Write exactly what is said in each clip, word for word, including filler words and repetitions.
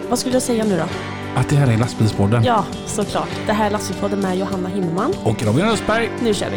Vad skulle jag säga nu då? Att det här är Lastbilspodden. Ja, såklart. Det här är Lastbilspodden med Johanna Himmelman. Och Robin Östberg. Nu kör vi.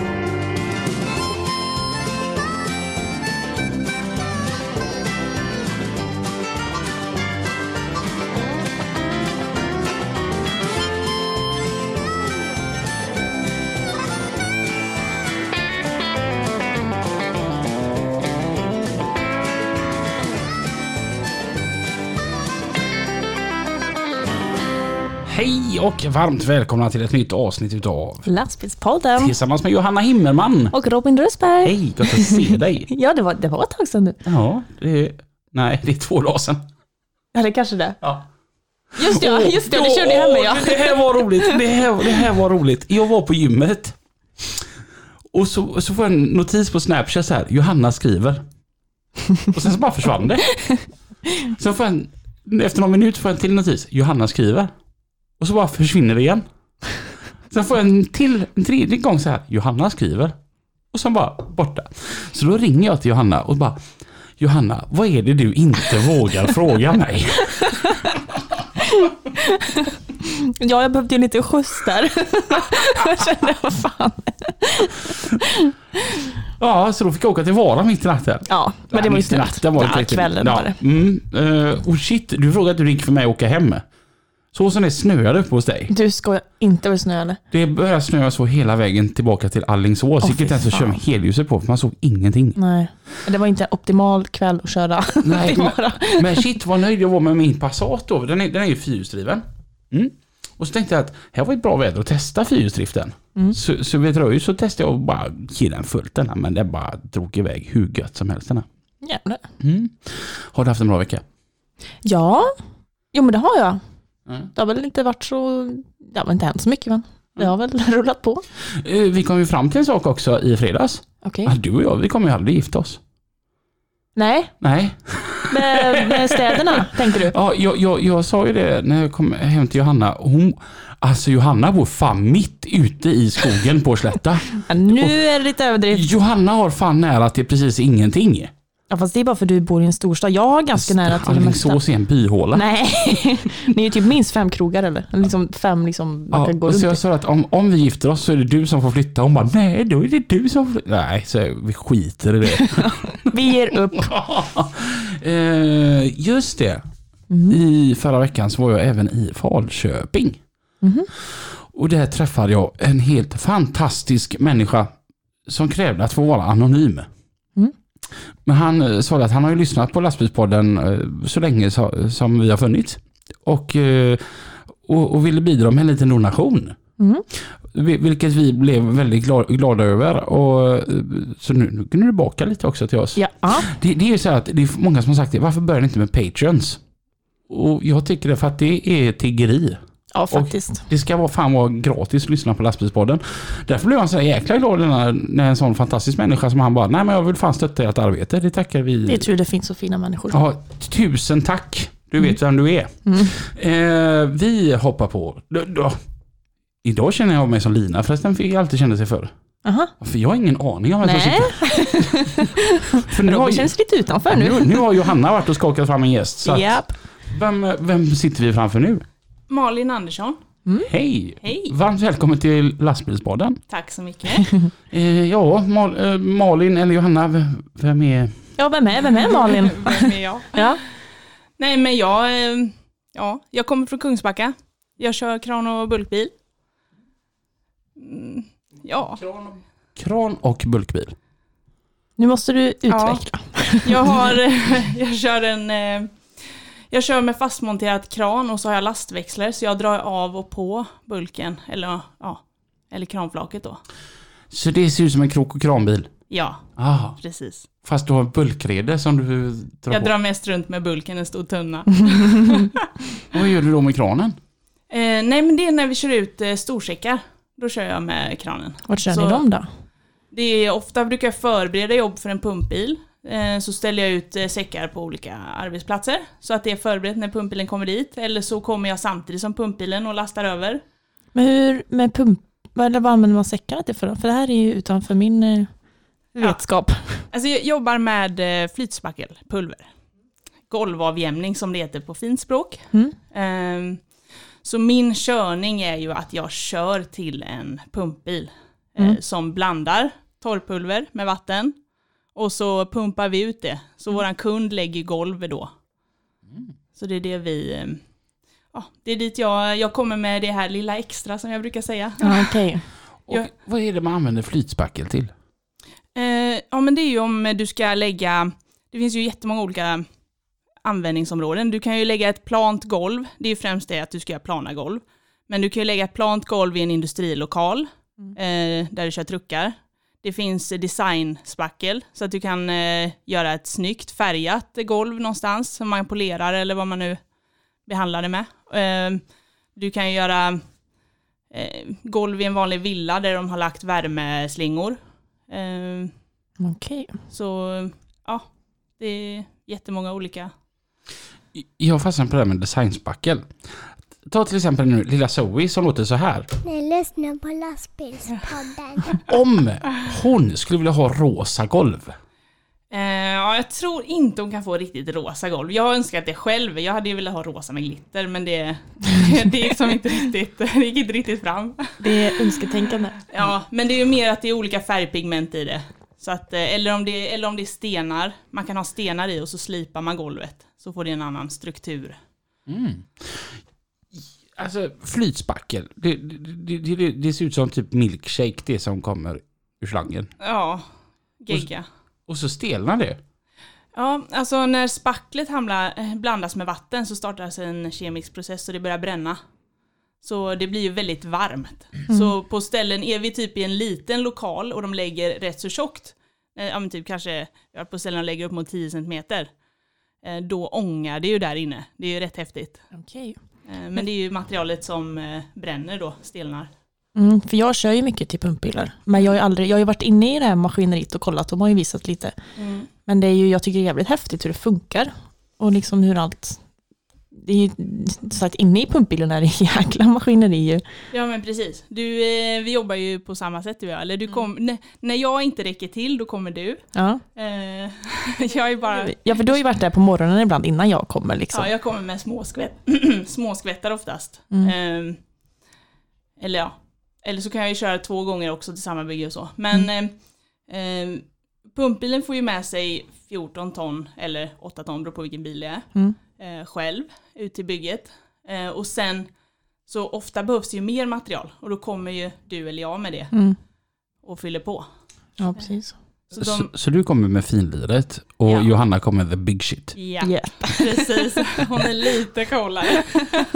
Hej och varmt välkomna till ett nytt avsnitt utav Lastbilspodden. Tillsammans med Johanna Himmelman. Och Robin Rösberg. Hej, gott att se dig. Ja, det var, det var ett tag sedan nu. Ja, det är... Nej, det är två dagar sedan. Ja, det kanske det. Ja. Just det, oh, just det, det körde jag hem med. Ja. Det här var roligt, det här, det här var roligt. Jag var på gymmet. Och så, så får jag en notis på Snapchat så här. Johanna skriver. Och sen så bara försvann det. Sen får jag en, efter någon minut får jag en till notis. Johanna skriver. Och så bara försvinner det igen. Sen får jag en till, en tredje gång så här. Johanna skriver. Och sen bara borta. Så då ringer jag till Johanna och bara. Johanna, vad är det du inte vågar fråga mig? Ja, jag behövde ju lite skjuts där. Jag kände, vad fan. Ja, så då fick jag åka till Vara mitt i natten. Ja, men Nej, det var ju snabbt. Det var ja, kvällen ja. var det. Mm, uh, och shit, du frågade att du gick för mig att åka hem. Så som det snöade upp hos dig. Du ska inte vara snöade. Det började snöa så hela vägen tillbaka till Allingsås. Vilket inte ens att köra med helljuset på, för man såg ingenting. Nej, det var inte en optimal kväll att köra. Nej, men, men shit, vad nöjd jag var med min Passat då. Den är, den är ju fyrhjulsdriven. Mm. Och så tänkte jag att här var ett bra väder att testa fyrhjulsdriften. Mm. Så, så vet du, så testade jag och bara killa den fullt den här, men den bara drog iväg hur gött som helst den här. Jävlar. Mm. Har du haft en bra vecka? Ja, jo men det har jag. Mm. Det har väl inte varit så, det har inte hänt så mycket, men det har väl rullat på. Vi kom ju fram till en sak också i fredags. Okej. Okay. Du och jag, vi kommer ju aldrig gifta oss. Nej. Nej. Med, med städerna, tänkte du? Ja, jag, jag, jag sa ju det när jag kom hem till Johanna. Hon, alltså Johanna bor fan mitt ute i skogen på Slätta. Ja, nu och är det lite överdrift. Johanna har fan nära till precis ingenting. Ja, fast det är bara för att du bor i en storstad. Jag har ganska nära till det mesta. Allingsås är en byhåla. Nej, ni är ju typ minst fem krogar eller? Liksom fem liksom man ja, kan gå och runt. Så jag sa att om, om vi gifter oss så är det du som får flytta. Hon bara, nej då är det du som får flytta. Nej, så vi skiter i det. Vi ger upp. uh, just det. Mm. I förra veckan så var jag även i Falköping. Mm. Och där träffade jag en helt fantastisk människa som krävde att få vara anonym. Mm. Men han sa att han har ju lyssnat på Lastbilspodden så länge som vi har funnits. Och, och, och ville bidra med en liten donation. Mm. Vilket vi blev väldigt glada över. Och, så nu, nu kunde du baka lite också till oss. Ja. Det, det är ju så att det är många som har sagt det. Varför börjar det inte med Patreons? Och jag tycker det för att det är tiggeri. Ja, faktiskt. Och det ska vara fan vara gratis att lyssna på Lastbilspodden. Därför blev han så jäkla glad när, när en sån fantastisk människa som han bara, nej men jag vill fan stötta ert arbete. Det tackar vi. Det tror det finns så fina människor. Ja, tusen tack. Du vet mm. vem du är. Mm. Eh, vi hoppar på. Då, då. Idag känner jag mig som Lina, förresten fick jag alltid känna sig för. Aha. För jag har ingen aning om vad som sitter. För nu har jag känns lite utanför nu. nu. Nu har Johanna varit och skakat fram en gäst. Så yep. vem, vem sitter vi framför nu? Malin Andersson. Mm. Hej. Hej. Varmt välkommen till Lastbilspodden. Tack så mycket. eh, ja, Mal, eh, Malin eller Johanna, vem är... Ja, vem är, vem är Malin? Vem är jag? Ja. Nej, men jag, eh, ja, jag kommer från Kungsbacka. Jag kör kran och bulkbil. Mm, ja. Kran, kran och bulkbil. Nu måste du utveckla. Ja. Jag, har, jag kör en... Eh, Jag kör med fastmonterad kran och så har jag lastväxlar så jag drar av och på bulken eller, ja, eller kranflaket då. Så det ser ut som en krok- och kranbil? Ja, Aha. precis. Fast du har bulkrede som du drar Jag på. drar mest runt med bulken, en stor tunna. Vad gör du då med kranen? Eh, nej men det är när vi kör ut eh, storsäckar. Då kör jag med kranen. Vart kör så ni dem då? Det är, ofta brukar jag förbereda jobb för en pumpbil. Så ställer jag ut säckar på olika arbetsplatser så att det är förberett när pumpbilen kommer dit. Eller så kommer jag samtidigt som pumpbilen och lastar över. Men hur med pump, vad, vad använder man säckarna till för? För det här är ju utanför min eh, vetskap. Ja. Alltså jag jobbar med flytspackelpulver. golvavjämning som det heter på fint språk. Mm. Um, så min körning är ju att jag kör till en pumpbil Mm. eh, som blandar torrpulver med vatten. Och så pumpar vi ut det. Så Mm. våran kund lägger golvet då. Mm. Så det är det vi... eh, Ja, det är dit jag, jag kommer med det här lilla extra som jag brukar säga. Ja, okej. Och Ja. vad är det man använder flytspackel till? Eh, ja, men det är ju om du ska lägga... Det finns ju jättemånga olika användningsområden. Du kan ju lägga ett plant golv. Det är ju främst det att du ska göra plana golv. Men du kan ju lägga ett plant golv i en industrilokal eh, där du kör truckar. Det finns designspackel så att du kan eh, göra ett snyggt färgat golv någonstans som man polerar eller vad man nu behandlar det med. Eh, du kan ju göra eh, golv i en vanlig villa där de har lagt värmeslingor. Eh, Okej. så ja, det är jättemånga olika. Jag fastnar på det här med designspackel. Ta till exempel nu lilla Zoe som låter så här. Ni lyssnar på lastbilspodden. Om hon skulle vilja ha rosa golv. Eh, ja, jag tror inte hon kan få riktigt rosa golv. Jag har önskat det själv. Jag hade ju velat ha rosa med glitter, men det, det gick som inte riktigt, det gick inte riktigt fram. Det är önsketänkande. Ja, men det är ju mer att det är olika färgpigment i det. Så att, eh, eller, om det eller om det är stenar. Man kan ha stenar i och så slipar man golvet. Så får det en annan struktur. Mm. Alltså flytspackel. Det, det, det, det, det ser ut som typ milkshake, det som kommer ur slangen. Ja, gegga. Och så stelnar det. Ja, alltså när spacklet hamnar, eh, blandas med vatten så startas en kemisk process och det börjar bränna. Så det blir ju väldigt varmt. Mm. Så på ställen är vi typ i en liten lokal och de lägger rätt så tjockt. Eh, ja men typ kanske ja, på ställen lägger upp mot tio centimeter. Eh, då ångar det ju där inne. Det är ju rätt häftigt. Okej. Eh, men det är ju materialet som eh, bränner då, stelnar. Mm, för jag kör ju mycket till pumpbilar. Men jag har ju aldrig, jag har ju varit inne i det här maskineriet och kollat. De har ju visat lite. Mm. Men det är ju, jag tycker det är jävligt häftigt hur det funkar. Och liksom hur allt... Det är ju så att inne i pumpbilen är det jäkla maskineri ju. Ja men precis. Du, eh, vi jobbar ju på samma sätt. Eller du kom, n- när jag inte räcker till då kommer du. Ja. Eh, jag är bara... Ja, för du har ju varit där på morgonen ibland innan jag kommer liksom. Ja, jag kommer med småskvätt, småskvättar oftast. Mm. Eh, eller ja. Eller så kan jag ju köra två gånger också till samma bygge och så. Men Mm. eh, eh, pumpbilen får ju med sig fjorton ton eller åtta ton, beror på vilken bil det är. Mm. Eh, själv ut till bygget. Eh, och sen så ofta behövs det ju mer material. Och då kommer ju du eller jag med det Mm. och fyller på. Ja, precis. Så de, Så, så du kommer med finliret och Ja. Johanna kommer med the big shit. ja, Yeah. precis. Hon är lite coolare.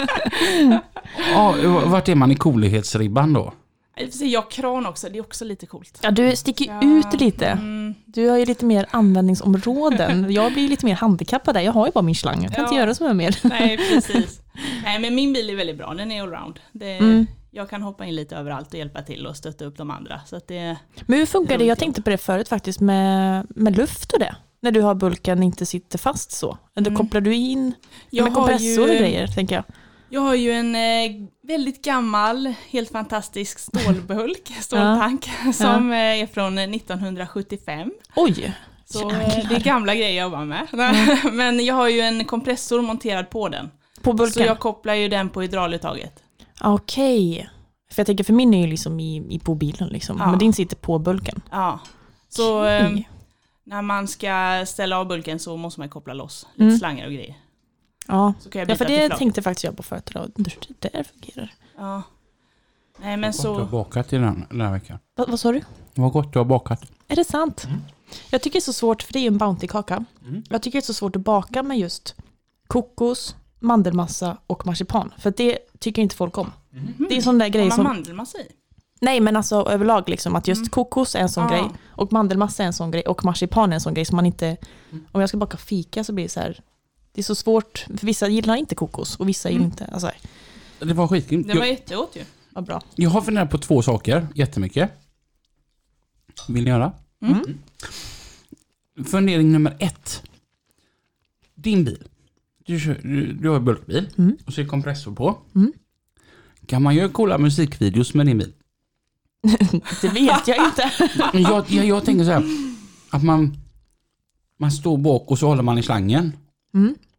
Ja, vart är man i coolhetsribban då? Jag har kran också, det är också lite coolt. Ja, du sticker Ja. ut lite. Mm. Du har ju lite mer användningsområden. Jag blir lite mer handikappad där. Jag har ju bara min slang. Jag kan Ja. inte göra så mycket mer. Nej, precis. Nej, men min bil är väldigt bra. Den är allround. Det, Mm. Jag kan hoppa in lite överallt och hjälpa till och stötta upp de andra. Så att det, Men hur funkar det? Jag tänkte på det förut faktiskt med, med luft och det. När du har bulken inte sitter fast så. Eller Mm. kopplar du in jag, med har kompressor ju, och grejer, tänker jag. jag har ju en eh, väldigt gammal, helt fantastisk stålbulk, ståltank, som eh, är från nittonhundrasjuttiofem. Oj! Så Jäklar. eh, det är gamla grejer jag jobbar med. Men jag har ju en kompressor monterad på den. På Så bulken? jag kopplar ju den på hydrauluttaget. Okej. För jag tänker, för min är ju liksom i, i på bilen liksom. Ja. Men din sitter på bulken. Ja. Så eh, Okej. när man ska ställa av bulken så måste man koppla loss lite Mm. slangar och grejer. Ja. Så kan jag Ja, byta för till det flagg. tänkte faktiskt jag på förut. Och det där fungerar. Ja. Nej men Vad gott du har så... bakat i den, den här veckan. Va, vad sa du? Vad gott du har bakat. Är det sant? Mm. Jag tycker det är så svårt, för det är ju en Bounty-kaka. Mm. Jag tycker det är så svårt att baka med just kokos, mandelmassa och marsipan. För det tycker inte folk om. Det är sån där Har grej man som... mandelmassa i? Nej, men alltså överlag liksom att just Mm. kokos är en sån Ah. grej. Och mandelmassa är en sån grej. Och marsipan är en sån grej som man inte... Om jag ska baka fika så blir det så här... Det är så svårt, för vissa gillar inte kokos och vissa gillar Mm. inte. Alltså, Det var skitgrymt. Det var Jag, jättegott ju. vad bra. jag har funderat på två saker jättemycket. Vill ni göra? Mm. Fundering nummer ett. Din bil. Du, kör, du, du har en bulkbil Mm. och så är det kompressor på. Mm. Kan man göra coola musikvideos med din bil? Det vet jag inte. Jag, jag, jag tänker så här. Att man, man står bak och så håller man i slangen. Mm.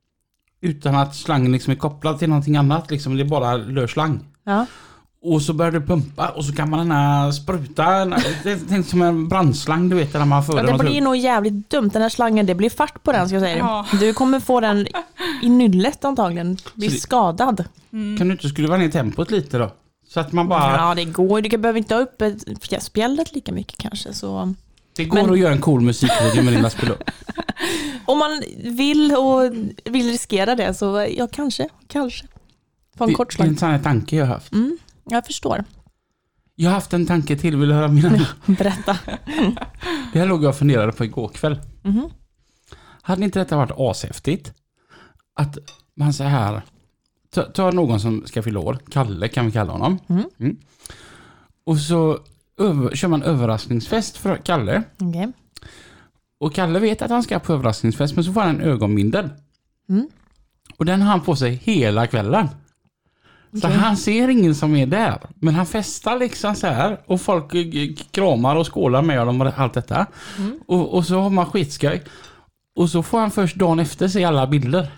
utan att slangen liksom är kopplad till någonting annat. Liksom, det är bara lös slang. Ja. Och så börjar du pumpa och så kan man den spruta. Det är som en brandslang, du vet, när man för Ja, det blir nog jävligt dumt, den här slangen. Det blir fart på den, ska jag säga. Ja. Du kommer få den i nyllet antagligen. Bli Så det- skadad. Mm. Kan du inte skruva ner tempot lite då? Så att man bara... Ja, det går. Du behöver inte ha upp spjället lika mycket kanske. Så. Det går Men- att göra en cool musikvideo med din lastbil. Om man vill och vill riskera det så ja, kanske. Kanske. Få en Det, kort det är slang. en sån här tanke jag har haft. Mm, jag förstår. Jag har haft en tanke till, vill du höra mina? Berätta. Det här låg jag och funderade på igår kväll. Mhm. Hade inte detta varit ashäftigt? Att man så här... Ta, ta någon som ska fylla år. Kalle kan vi kalla honom. Mm. Mm. Och så över, kör man överraskningsfest för Kalle. Okej. Och Kalle vet att han ska på överraskningsfest, men så får han en ögonbindel. Mm. Och den har han på sig hela kvällen. Så Okej. han ser ingen som är där. Men han festar liksom så här. Och folk eh, kramar och skålar med honom och allt detta. Mm. Och, och så har man skitskoj. Och så får han först dagen efter se alla bilder.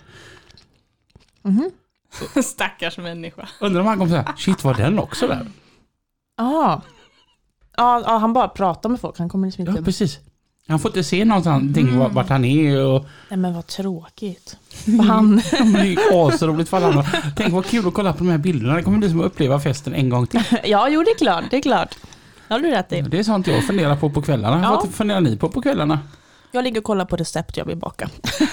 Mhm. Stackars människa. Undrar om han kommer säga, shit, var den också där? Ah. Ja, ja, han bara pratar med folk. Han kommer liksom Ja, inte... precis. Han får inte se någonting mm. vart han är. Och, Nej, men vad tråkigt. För han... ja, men det är ju asroligt för alla. Tänk vad kul att kolla på de här bilderna. Det kommer bli som att uppleva festen en gång till. Ja, jo, det är klart. Det är klart. Det har du rätt i. Det är sånt jag funderar på på kvällarna. Ja. Vad funderar ni på på kvällarna? Jag ligger och kollar på recept jag vill baka.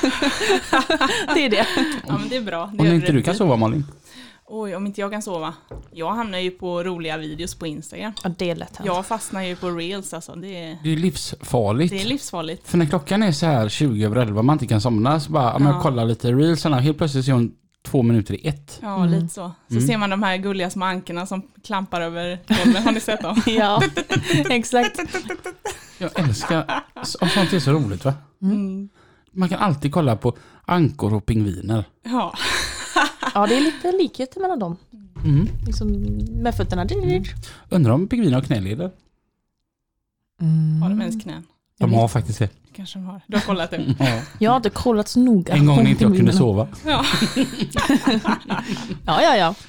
Det är det. Ja, men det är bra. Det Om gör inte rätt du kan i. sova, Malin. Oj, om inte jag kan sova. Jag hamnar ju på roliga videos på Instagram. Ja, det är lätt hänt. Jag fastnar ju på reels alltså. Det är, Det är livsfarligt. det är livsfarligt. För när klockan är så här tjugo över elva, man inte kan somna, så bara, om jag Ja. kollar lite reels, och helt plötsligt ser hon två minuter i ett. Ja, Mm. lite så. Så Mm. ser man de här gulliga små ankorna som klampar över golvet. Har ni sett dem? Ja, exakt. Jag älskar, och sånt är så roligt, va? Mm. Man kan alltid kolla på ankor och pingviner. Ja. Ja, det är lite likheter mellan dem. Mm. Liksom med fötterna. Undrar om pingviner har knäleder? Mm. Har de ens knän? De Jag har vet. faktiskt det. Kanske de har. Du har kollat det? Ja. Jag har inte kollat så noga. En gång på när inte jag kunde pingvinerna. sova. Ja. Ja, ja, ja.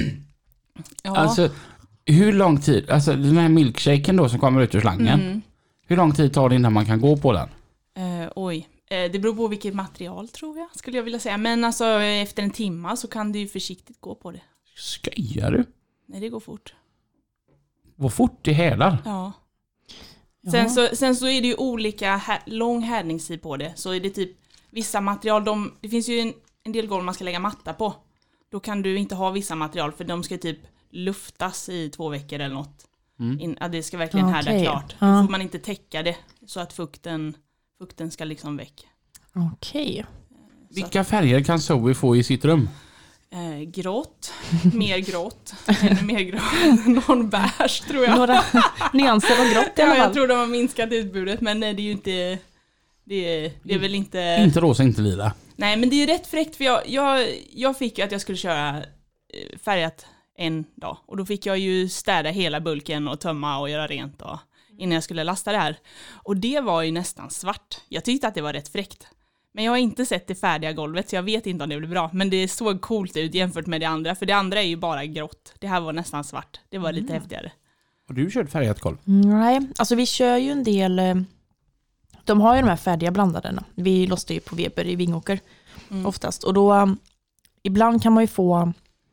Ja. Alltså, hur lång tid, alltså den här milkshaken då som kommer ut ur slangen, Mm. hur lång tid tar det innan man kan gå på den? Eh, oj. Eh, det beror på vilket material tror jag, skulle jag vilja säga. Men alltså eh, efter en timma så kan du ju försiktigt gå på det. Skojar du? Nej, det går fort. Vad fort det hälar. Ja. Ja. Sen, så, sen så är det ju olika här, lång härdningstid på det. Så är det typ vissa material, de, det finns ju en, en del golv man ska lägga matta på. Då kan du inte ha vissa material för de ska typ luftas i två veckor eller något. Mm. In, ja, det ska verkligen Okej. härda klart. Ja. Då får man inte täcka det så att fukten, fukten ska liksom väck. Okej. Vilka färger kan Zoe få i sitt rum? Eh, grått, mer grått, ännu mer grått, någon beige tror jag. Några nyanser av grått i alla Ja, jag fall. tror de har minskat utbudet men nej, det är ju inte, det är, det är väl inte... Inte rosa, inte lila. Nej, men det är ju rätt fräckt för jag, jag, jag fick ju att jag skulle köra eh, färgat en dag. Och då fick jag ju städa hela bulken och tömma och göra rent då, innan jag skulle lasta det här. Och det var ju nästan svart. Jag tyckte att det var rätt fräckt. Men jag har inte sett det färdiga golvet så jag vet inte om det blir bra. Men det såg coolt ut jämfört med det andra. För det andra är ju bara grått. Det här var nästan svart. Det var lite häftigare. Har du kört färgat golv? Nej, alltså vi kör ju en del... eh, De har ju de här färdiga blandarna. Vi lostar ju på Weber i Vingåker Mm. oftast. Och då... um, ibland kan man ju få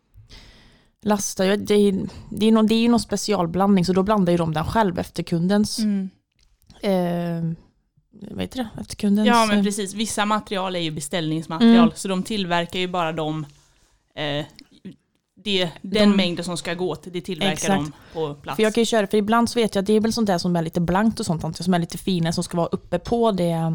lasta. ja, Det är, det är, någon, det är ju någon specialblandning. Så då blandar ju de den själv efter kundens... Mm. Eh, vad heter det? Efter kundens... Ja, men eh, precis. Vissa material är ju beställningsmaterial. Mm. Så de tillverkar ju bara de... Eh, det, den De- mängden som ska gå till, det tillverkar Exakt. de på plats. För jag kan ju köra, för ibland så vet jag att det är väl sånt där som är lite blankt och sånt, som är lite fina, som ska vara uppe på det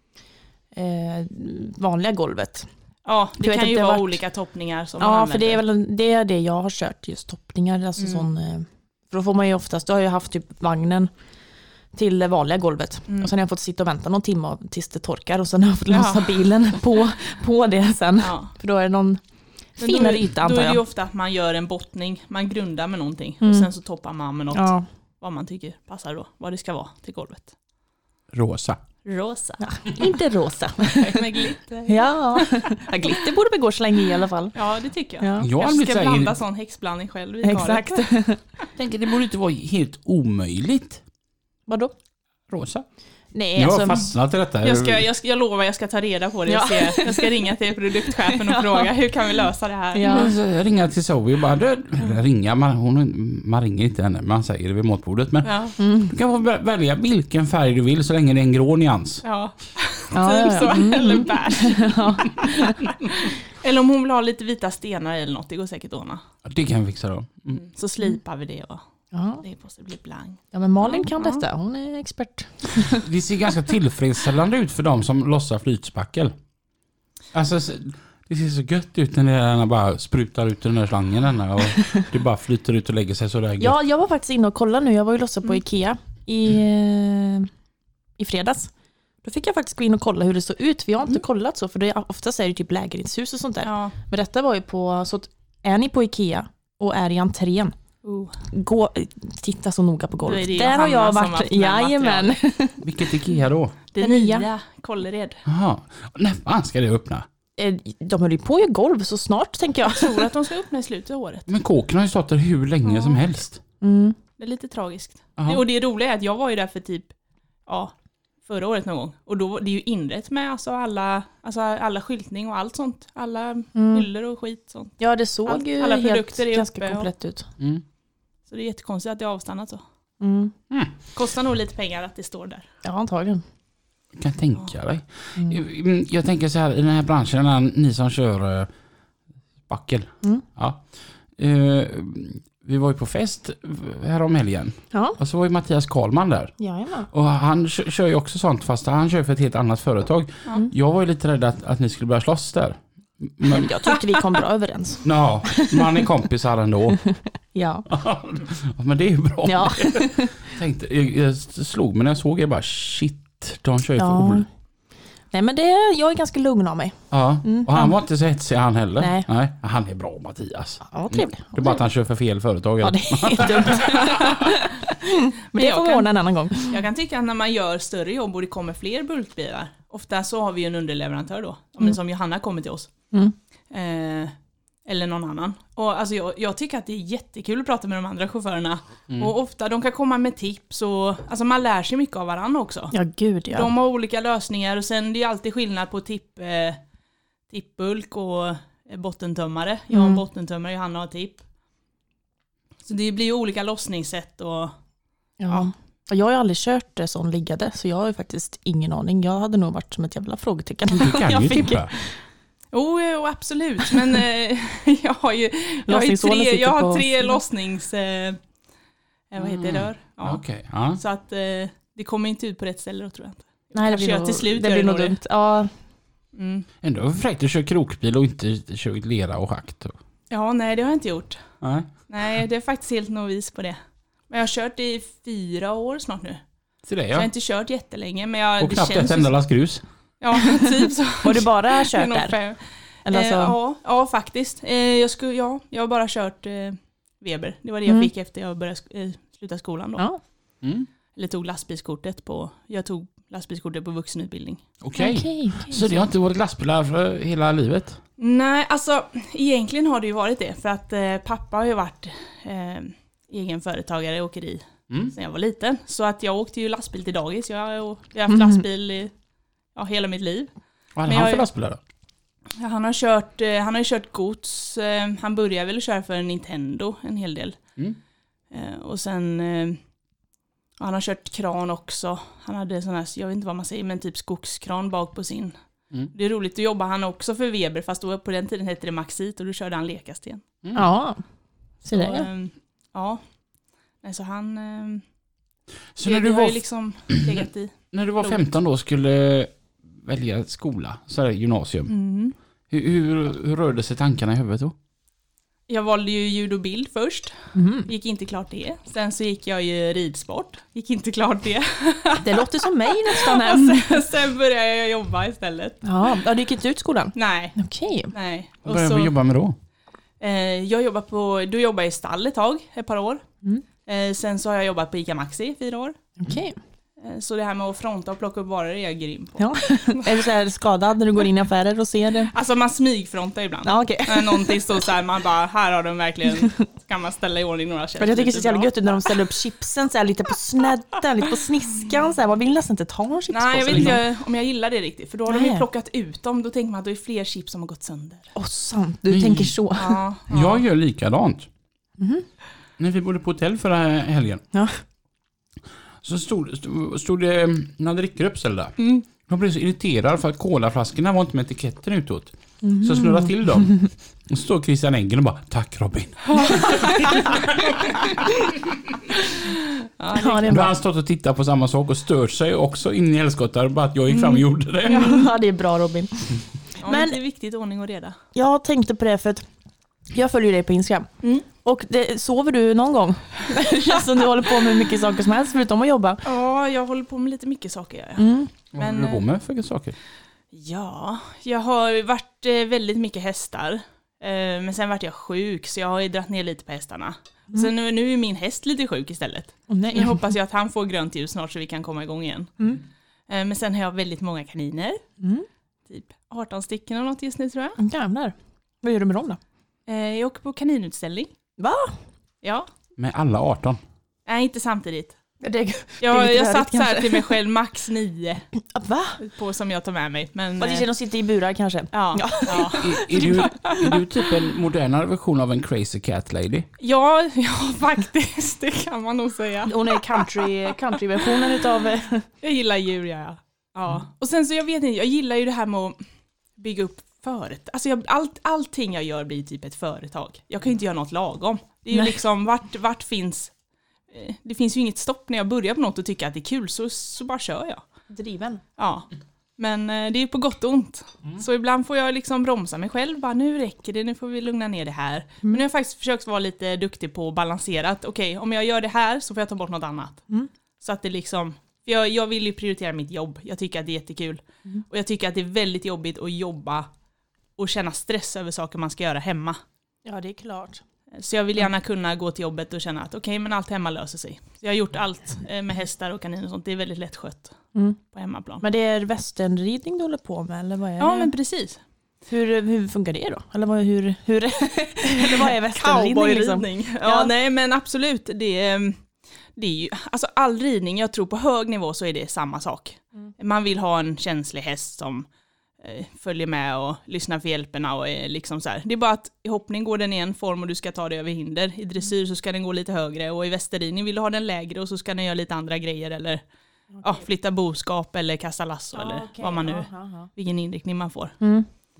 eh, vanliga golvet. Ja, Jag det vet kan att ju det vara varit- olika toppningar som man Ja, använder. för det är väl det, är det jag har kört, just toppningar. Alltså Mm. sån, eh, för då får man ju oftast, då har jag haft typ vagnen till det vanliga golvet. Mm. Och sen har jag fått sitta och vänta någon timme tills det torkar, och sen har jag fått låsa Ja. bilen på, på det sen. Ja. För då är det någon Men då, finare är- yta, Då antar är det ju jag. ofta att man gör en bottning, man grundar med någonting Mm. och sen så toppar man med något Ja. vad man tycker passar då, vad det ska vara till golvet. Rosa. Rosa. Ja, inte rosa. Med glitter. Ja. ja, glitter borde begå släng i alla fall. Ja, det tycker jag. Ja. Jag Jag har blivit ska så här- blanda sån häxblandning själv. i Exakt. karet. Jag tänker det borde inte vara helt omöjligt. Vadå? Rosa. Nej, Jag har alltså, fastnat i detta. Jag, ska, jag, ska, jag lovar jag ska ta reda på det. Ja. Och se. Jag ska ringa till produktchefen och fråga hur kan vi lösa det här. Ja. Men så ringa till Zoe och bara, du, eller ringa, man, hon, man ringer inte henne, man säger det vid matbordet. Men Ja. mm. du kan få vä- välja vilken färg du vill så länge det är en grå nyans. Ja. Ja, typ ja, ja. så. Mm. Eller bär. Ja. Eller om hon vill ha lite vita stenar eller något, det går säkert att ordna. Det kan vi fixa då. Mm. Mm. Så slipar vi det och Ja. det på sig blir blank. ja, men Malin kan Ja. detta. Hon är expert. Det ser ganska tillfredsställande ut för dem som lossar flytspackel. Alltså, s- det ser så gött ut när den bara sprutar ut i den där slangen denna, och det bara flyter ut och lägger sig så där gött. Ja, jag var faktiskt inne och kollade nu. Jag var ju lossad på Mm. Ikea i, eh, i fredags. Då fick jag faktiskt gå in och kolla hur det såg ut. För jag har inte Mm. kollat så. För det är, oftast är det typ lägenhetshus och sånt där. Ja. Men detta var ju på... Så att är ni på Ikea och är i entrén, Uh. gå, titta så noga på Då är golvet. det Där har jag Johanna som varit... haft med Jajamän. Vilket Ikea då? Det Den nya. nya Kållered. Jaha. När fan ska det öppna? Eh, De höll ju på att göra golv så snart, tänker jag. Jag tror att de ska öppna i slutet av året. Men kåken har ju stått där hur länge Ja. som helst. Mm. Det är lite tragiskt. Jaha. Och det roliga är att jag var ju där för typ, ja, förra året någon gång. Och då det är ju inrätt med alltså alla, alltså alla skyltning och allt sånt. Alla Mm. hyllor och skit sånt. Ja, det såg Allt- ju alla helt produkter är ganska uppe och- komplett ut. Mm. Så det är jättekonstigt att det har avstannat så. Mm. Kostar nog lite pengar att det står där. Ja, antagligen. Jag kan tänka dig. Mm. Jag, jag tänker så här, i den här branschen, när ni som kör uh, backel. Mm. Ja. Eh, vi var ju på fest här om helgen. Ja, Och så var ju Mattias Karlman där. jajamän. Och han kö- kör ju också sånt, fast han kör för ett helt annat företag. Mm. Jag var ju lite rädd att, att ni skulle börja slåss där. Men Jag tyckte vi kom bra överens. ja, man är kompisar ändå. Ja. Men det är ju bra. Ja. Tänkte, jag, jag slog mig när jag såg det bara, shit, de kör ju för Ja. ol. Nej, men det, jag är ganska lugn av mig. Ja, Mm, och han han- var inte så hetsig han heller. Nej. Han är bra, Mattias. Ja, trevligt. Det är bara att han kör för fel företag. Ja, det är dumt. Men det jag får vi kan- ordna en annan gång. Jag kan tycka att när man gör större jobb och det kommer fler bulkbilar. Ofta så har vi ju en underleverantör då. Om Mm. det som Johanna kommer till oss. Mm. Eh, eller någon annan. Och alltså jag, jag tycker att det är jättekul att prata med de andra chaufförerna. Mm. Och ofta de kan komma med tips och alltså man lär sig mycket av varandra också. Ja, gud ja. De har olika lösningar och sen det är alltid skillnad på tipp, eh, tippbulk och eh, bottentömmare. Jag har en Mm. bottentömmare, Johanna har tipp. Så det blir ju olika lossningssätt och ja. Och jag har ju aldrig kört det som liggade, så jag har ju faktiskt ingen aning. Jag hade nog varit som ett jävla frågetecken. Du kan Jag ju fick- tippa. Jo, oh, absolut. Men eh, jag har ju, jag har ju Lossningshålen tre, sitter jag har på- tre lossnings... Eh, eh, vad heter det? Mm. Rör? Ja. Okej, ja. Så att eh, det kommer inte ut på rätt ställe då, tror jag inte. Nej, det Kanske blir jag nog, till slut det gör blir nog nog det. dumt. Ja, Mm. Ändå fräckt att köra krokbil och inte köra lera och schakt. Ja, nej det har jag inte gjort. Nej. Nej, det är faktiskt helt novis på det. Men jag har kört i fyra år snart nu. Så det Så jag har ja. inte kört jättelänge, men jag, Och det knappt känns ett ju enda så- last grus. Ja, typ så. har du bara kört Det är nog där? fem. Eller alltså, Eh, ja, ja, faktiskt. Eh, jag, skulle, ja, jag har bara kört eh, Weber. Det var det jag Mm. fick efter jag började sk- eh, sluta skolan då. ja. Mm. Eller tog lastbilskortet på, jag tog lastbilskortet på vuxenutbildning. Okej. Okej, okej. Så det har inte varit lastbilar för hela livet? Nej, alltså egentligen har det ju varit det. För att eh, pappa har ju varit eh, egen företagare i åkeri Mm. sedan jag var liten. Så att jag åkte ju lastbil till dagis. Jag har, jag har haft Mhm. lastbil i ja, hela mitt liv. Vad hade Men han jag- för lastbilar då? Ja, han har kört, eh, han har ju kört gods. Eh, han började väl köra för Nintendo en hel del. Mm. Eh, och sen eh, han har kört kran också. Han hade sån här, jag vet inte vad man säger, men typ skogskran bak på sin. Mm. Det är roligt, då jobbar han också för Weber, fast då på den tiden hette det Maxit och då körde han lekasten. Mm. Ja, så Så, det ja. ehm, ja. Nej, så han, eh, Så det, när du, det har var, ju liksom legat i. när du var femton då skulle välja skola, så här gymnasium. Mm. Hur, hur, hur rörde sig tankarna i huvudet då? Jag valde ju ljud och bild först. Mhm. Gick inte klart det. Sen så gick jag ju ridsport. Gick inte klart det. Det låter som mig nästan här. sen, sen började jag jobba istället. Ja, ja, du gick inte ut skolan? Nej, Okej. nej. Vad började du jobba med då? eh, jag jobbar på, då jobbade jag i stall ett tag, ett par år. Mm. Eh, sen så har jag jobbat på ICA Maxi i fyra år. Okej. Så det här med att fronta och plocka upp varor är jag grym på. Ja. Är du så här skadad när du går in i affärer och ser det? Alltså man smygfrontar ibland. Ja, okej. När någonting står så här, man bara, här har de verkligen, kan man ställa i ordning några För jag tycker det ser så jävla gött ut när de ställer upp chipsen så här, lite på snedden, lite på sniskan. Så här. Man vill nästan inte ta en chips. Nej, jag vet liksom. inte om jag gillar det riktigt. För då har de Nej. ju plockat ut dem. Då tänker man att det är fler chips som har gått sönder. Åh, sant. Du Mm. tänker så. Ja, ja. Jag gör likadant. Mhm. När vi bodde på hotell förra helgen. Ja. Så stod, stod, stod det några drickor uppställda. Mm. Jag blev så irriterad för att colaflaskorna var inte med etiketten utåt. Så jag snurrade till dem. Och så står Christian Engen och bara, tack Robin. Ja, Ja, det är Då har bra. han stått och tittat på samma sak och stört sig också in i älskottar. Bara att jag gick fram och gjorde det. Ja, det är bra Robin. ja, Men- det är viktigt, ordning och reda. Jag tänkte på det för att jag följer dig på Instagram. Mm. Och det, sover du någon gång? Det känns som du håller på med mycket saker som helst förutom att jobba. Ja, jag håller på med lite mycket saker. Gör jag. Mm. Vad Men, håller du på med för saker? Ja, jag har varit eh, väldigt mycket hästar. Eh, men sen vart jag sjuk så jag har ju dratt ner lite på hästarna. Mm. Så nu, nu är min häst lite sjuk istället. Oh, nej. Jag hoppas ju att han får grönt ljus snart så vi kan komma igång igen. Mm. Eh, men sen har jag väldigt många kaniner. Mm. Typ arton stycken eller något just nu tror jag. Jävlar. Vad gör du med dem då? Eh, jag åker på kaninutställning. Va? Ja, Med alla arton. nej inte samtidigt. Det, det är Jag, lite jag rörigt satt så här kanske. till mig själv max nio Va? på som jag tar med mig. Men, Vad det eh, känns att sitta i burar kanske? ja, Ja. ja. Är, är, du, är du typ en modernare version av en crazy cat lady? Ja, ja, faktiskt. Det kan man nog säga. Hon är country, countryversionen utav... eh, Jag gillar djur, ja. ja. Och sen så, jag vet inte, jag gillar ju det här med att bygga upp företag. Alltså jag, allt, allting jag gör blir typ ett företag. Jag kan ju inte göra något lagom. Det är ju Nej. liksom, vart, vart finns... eh, Det finns ju inget stopp när jag börjar på något och tycker att det är kul, så, så bara kör jag. Driven. Ja. Men eh, det är ju på gott och ont. Så ibland får jag liksom bromsa mig själv. Bara, nu räcker det, nu får vi lugna ner det här. Men nu har jag faktiskt försökt vara lite duktig på att balansera. Att okej, om jag gör det här så får jag ta bort något annat. Mm. Så att det liksom... För jag, jag vill ju prioritera mitt jobb. Jag tycker att det är jättekul. Och jag tycker att det är väldigt jobbigt att jobba och känna stress över saker man ska göra hemma. Ja, det är klart. Så jag vill gärna kunna gå till jobbet och känna att okej, men allt hemma löser sig. Så jag har gjort allt eh, med hästar och kaniner och sånt. Det är väldigt lättskött Mm. på hemmaplan. Men det är västernridning du håller på med, eller vad är Ja, det? men precis. Hur, hur funkar det då? Eller vad, hur, hur, eller vad är västernridning liksom? Cowboyridning. Ja, Ja. nej men absolut. Det är, det är ju, alltså all ridning, jag tror på hög nivå så är det samma sak. Mm. Man vill ha en känslig häst som eh, följer med och lyssnar för hjälperna och är liksom så här. Det är bara att i hoppning går den i en form och du ska ta det över hinder. I dressyr så ska den gå lite högre och i västerridning vill du ha den lägre och så ska den göra lite andra grejer eller ja, flytta boskap eller kasta lasso eller okej. vad man nu, Ja, ja, ja. vilken inriktning man får. Mm.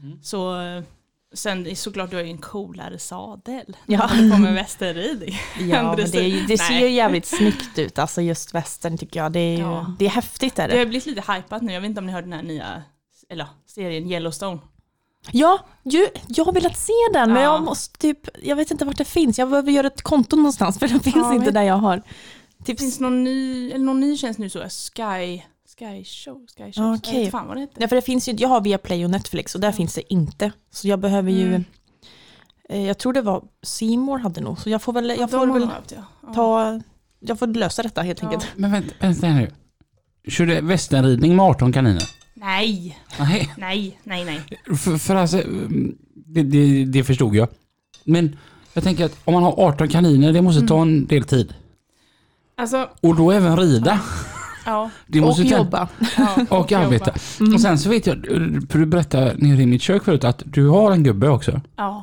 Så eh, sen såklart du har ju en coolare sadel. Ja. När du kommer västerridning. Ja, men det, är, ju- det ser Nej. ju jävligt snyggt ut, alltså just västern tycker jag. Det är, ju, Ja. det är häftigt är Det det. har blivit lite hypat nu. Jag vet inte om ni hörde den här nya eller, serien Yellowstone. Ja, ju, jag har velat se den, men Ja. jag måste typ, jag vet inte vart det finns. Jag behöver göra ett konto någonstans, för den finns Ja, inte men- där jag har. Det Typ, finns någon ny, eller någon ny tjänst nu så, Sky, Sky Show, Sky Show. Okej. Jag vet inte fan vad det heter. ja, för det finns ju, jag har via Play och Netflix och där finns det inte. Så jag behöver ju, Mm. eh, jag tror det var C More hade nog, så jag får väl, jag De får har väl nog haft, ja. Ja. ta, jag får lösa detta helt Ja. enkelt. Men vänta, vänta nu. Kör du västernridning med arton kaniner? Nej, Nej. nej, nej, nej. För, för alltså, det, det, det förstod jag. Men jag tänker att om man har arton kaniner, det måste ta en del tid. Alltså, Och då även rida. ja. Det Och måste ta- jobba. ja Och arbeta. Och sen så vet jag, för du berättade nere i mitt kök förut att du har en gubbe också. Ja.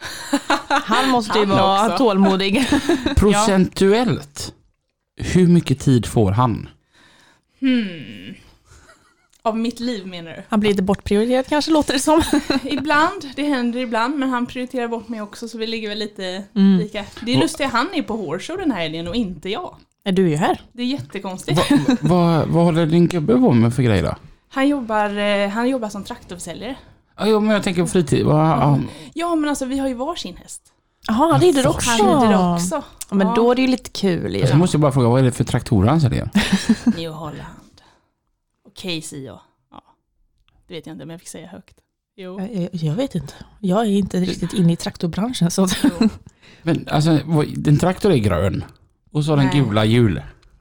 Han måste ju Han vara också. tålmodig. Procentuellt, hur mycket tid får han? Hmm. Av mitt liv menar du? Han blir lite bortprioriterad kanske, låter det som. Ibland, det händer ibland, men han prioriterar bort mig också så vi ligger väl lite Mm. lika. Det är lustigt, han är på Horse Show den här helgen och inte jag. Är du är ju här? Det är jättekonstigt. Vad va, vad håller din gubbe på med för grejer då? Han jobbar, eh, han jobbar som traktorförsäljare. Ja, jo, men jag tänker på fritid. Va, ja. Ja, men alltså vi har ju varsin häst. Jaha, han rider också. Han rider också. Ja, men Ja. då är det ju lite kul. Ju. Så måste jag bara fråga, vad är det för traktorer han säljer? New Holland. Och Casey och ja. Det vet jag inte om jag fick säga högt. Jo. Jag, jag, jag vet inte. Jag är inte riktigt inne i traktorbranschen. Så. jo. Men alltså, vad- din traktor är grön. Och så har den Nej. gula hjul. Nej.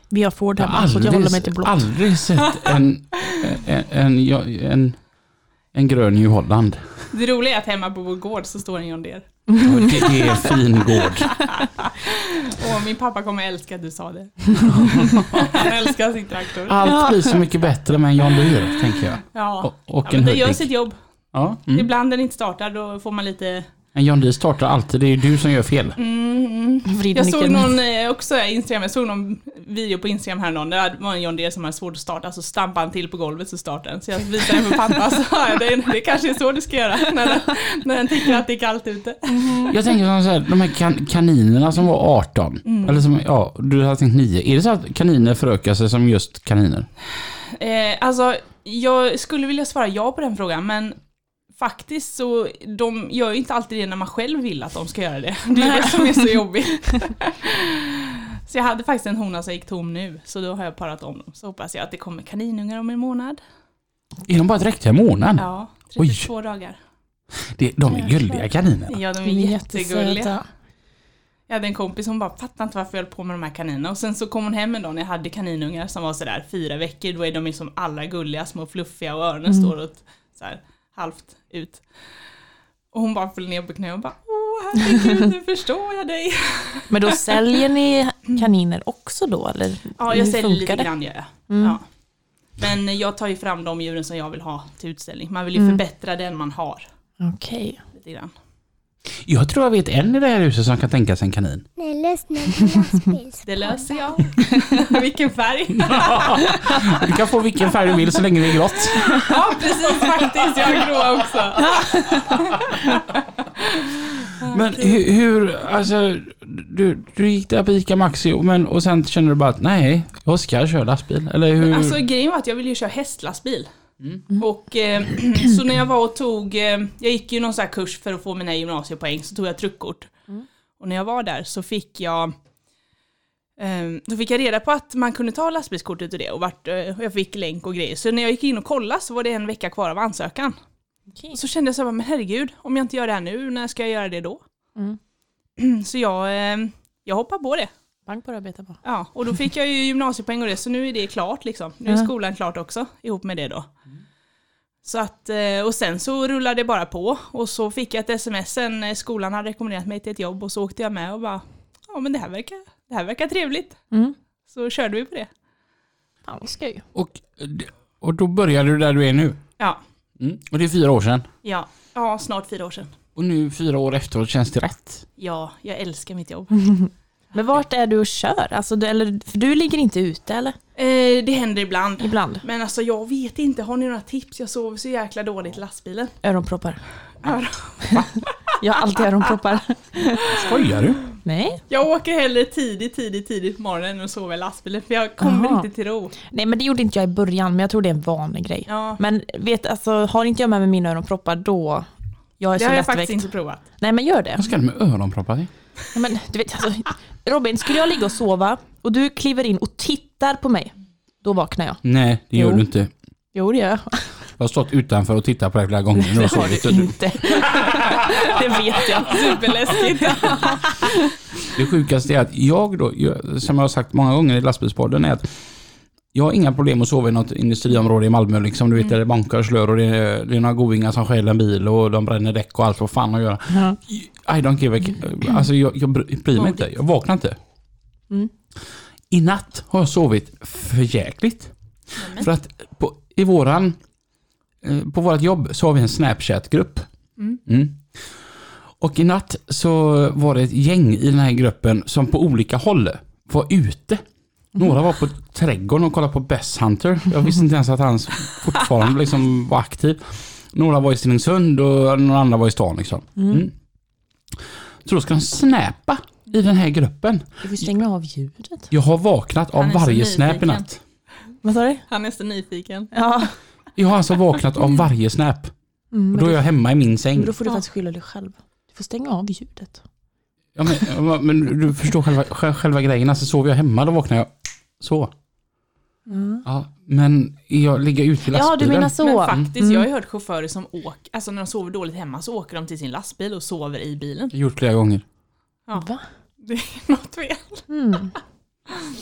Vi har Ford Jag hemma har så jag håller mig till aldrig, blått. aldrig sett en, en, en, en, en grön New Holland. Det roliga är att hemma på vår gård så står en John Deere. Ja, det, det är en fin gård. Och min pappa kommer älska att du sa det. Han älskar sin traktor. Allt blir så mycket bättre med en John Deere, tänker jag. Ja, Och, och ja en men det gör Hudik. sitt jobb. Ja, mm. Ibland när den inte startar då får man lite... En John Deere startar alltid, det är du som gör fel. Mm, mm. Vrider Jag såg nyckeln. någon eh, också Instagram, jag såg någon video på Instagram här någon, det var en John Deere som hade svårt att starta, så stampade han till på golvet så startade den. Så jag visade den för pappa, så ja, det, det kanske är så du ska göra när den, när den tycker att det är kallt ute. Jag tänker som så här, de här kan, kaninerna som var arton, Mm. eller som, ja, du har tänkt nio. Är det så att kaniner förökar sig som just kaniner? Eh, alltså, jag skulle vilja svara ja på den frågan, men faktiskt så de gör ju inte alltid det när man själv vill att de ska göra det. Det är det som är så jobbigt. Så jag hade faktiskt en hona som gick tom nu, så då har jag parat om dem. Så hoppas jag att det kommer kaninungar om en månad. Är de bara dräktiga i månaden? Ja, trettiotvå dagar. Det, de är gulliga kaninerna. Ja, de är De är jättegulliga. jättesöta. Jag hade en kompis som bara fattade inte varför jag höll på med de här kaninerna. Och sen så kom hon hem en dag när jag hade kaninungar som var sådär fyra veckor. Då är de ju som alla gulliga, små fluffiga och öronen Mm. står åt så här, halvt ut. Och hon bara föll ner på knä och bara åh herregud, nu förstår jag dig. Men då säljer ni kaniner också då? Eller? Ja, jag Hur säljer funkar lite det? grann gör jag. Mm. Ja. Men jag tar ju fram de djuren som jag vill ha till utställning. Man vill ju Mm. förbättra den man har. Okej. Lite grann. Jag tror jag vet en i det här huset som kan tänka sig en kanin. Ni lyssnar på lastbilspodden. Det löser jag. Vilken färg? Du kan få vilken färg du vill så länge det är grått. Ja, precis faktiskt. Jag är grå också. Men hur, hur alltså, du, du gick där på Ica Maxi men, och sen känner du bara att nej, jag ska köra lastbil. Eller hur? Alltså grejen var att jag ville ju köra hästlastbil. Mm. Och eh, så när jag var och tog, eh, jag gick ju någon sån här kurs för att få mina gymnasiepoäng, så tog jag truckkort. Mm. Och när jag var där så fick jag eh, då fick jag reda på att man kunde ta lastbilskortet och det, och vart, eh, jag fick länk och grejer. Så när jag gick in och kollade så var det en vecka kvar av ansökan. Okej. Och så kände jag så här, men herregud, om jag inte gör det här nu, när ska jag göra det då? Mm. Så jag, eh, jag hoppar på det. Bang på det, arbeta på. Ja, och då fick jag ju gymnasiepoäng och det, så nu är det klart liksom. Nu är Ja. skolan klart också, ihop med det då. Så att, eh, och sen så rullade det bara på, och så fick jag ett sms sen, eh, skolan hade rekommenderat mig till ett jobb, och så åkte jag med och bara, ja men det här verkar, det här verkar trevligt. Mm. Så körde vi på det. Ja, vad ska ju. Och, och då började du där du är nu. Ja, Mm. Och det är fyra år sedan. ja, ja, snart fyra år sedan. Och nu fyra år efteråt känns det rätt. Ja, jag älskar mitt jobb. Men vart är du och kör? Alltså, du, eller, för du ligger inte ute eller? Eh, det händer ibland. Ibland. Men alltså jag vet inte, har ni några tips? Jag sover så jäkla dåligt i lastbilen. Öronproppar. Ja. Jag har alltid öronproppar. Skojar du? Nej. Jag åker hellre tidigt, tidigt, tidigt på morgonen och sover i lastbilen, för jag kommer Aha. inte till ro. Nej, men det gjorde inte jag i början, men jag tror det är en vanlig grej. Ja, Men vet, alltså, har inte jag med mig mina öronproppar då, jag är det så har jag faktiskt lättväckt. inte provat. Nej, men gör det. Vad ska du med öronproppar till? Ja, men, du vet, alltså, Robin, skulle jag ligga och sova och du kliver in och tittar på mig, då vaknar jag. Nej, det gör Jo. du inte. Jo, det gör jag. Jag har stått utanför och tittat på dig flera gånger. Nu Det har har sovit. du inte. Det vet jag. Superläskigt. Det sjukaste är att jag då, jag- som jag har sagt många gånger i lastbilspodden, är att jag har inga problem att sova i något industriområde i Malmö. Liksom, du vet, där det är bankar och slör och det är, det är några goingar som stjäl en bil och de bränner däck och allt vad fan att göra. Ja. I don't give a... Alltså jag, jag bryr mig inte. Jag vaknar inte. Mm. I natt har jag sovit för jäkligt. För att på, i våran eh, på vårt jobb så har vi en Snapchat-grupp. Mm. Mm. Och i natt så var det ett gäng i den här gruppen som på olika håll var ute. Några var på trädgården och kollade på Best Hunter. Jag visste inte ens att han fortfarande liksom var aktiv. Några var i Stenungsund och några andra var i stan liksom. Mm. Så då ska de snappa i den här gruppen. Du får stänga av ljudet. Jag har vaknat av Han är så varje snap i nyfiken. natt. Vad sa du? Han är så nyfiken. Ja. Jag har alltså vaknat av varje snap. Mm, Och men då är jag hemma i min säng. då, då får du Ja. faktiskt skylla dig själv. Du får stänga av ljudet. Ja, men, men du förstår själva, sj- själva grejen. Alltså sover jag hemma, då vaknar jag så. Mm. Ja, men jag ligger ute i lastbilen. Ja, du menar så. Men faktiskt, Mm. jag har ju hört chaufförer som åker, alltså när de sover dåligt hemma så åker de till sin lastbil och sover i bilen. Jag har gjort flera gånger. Ja. Va? Det är något fel. Mm.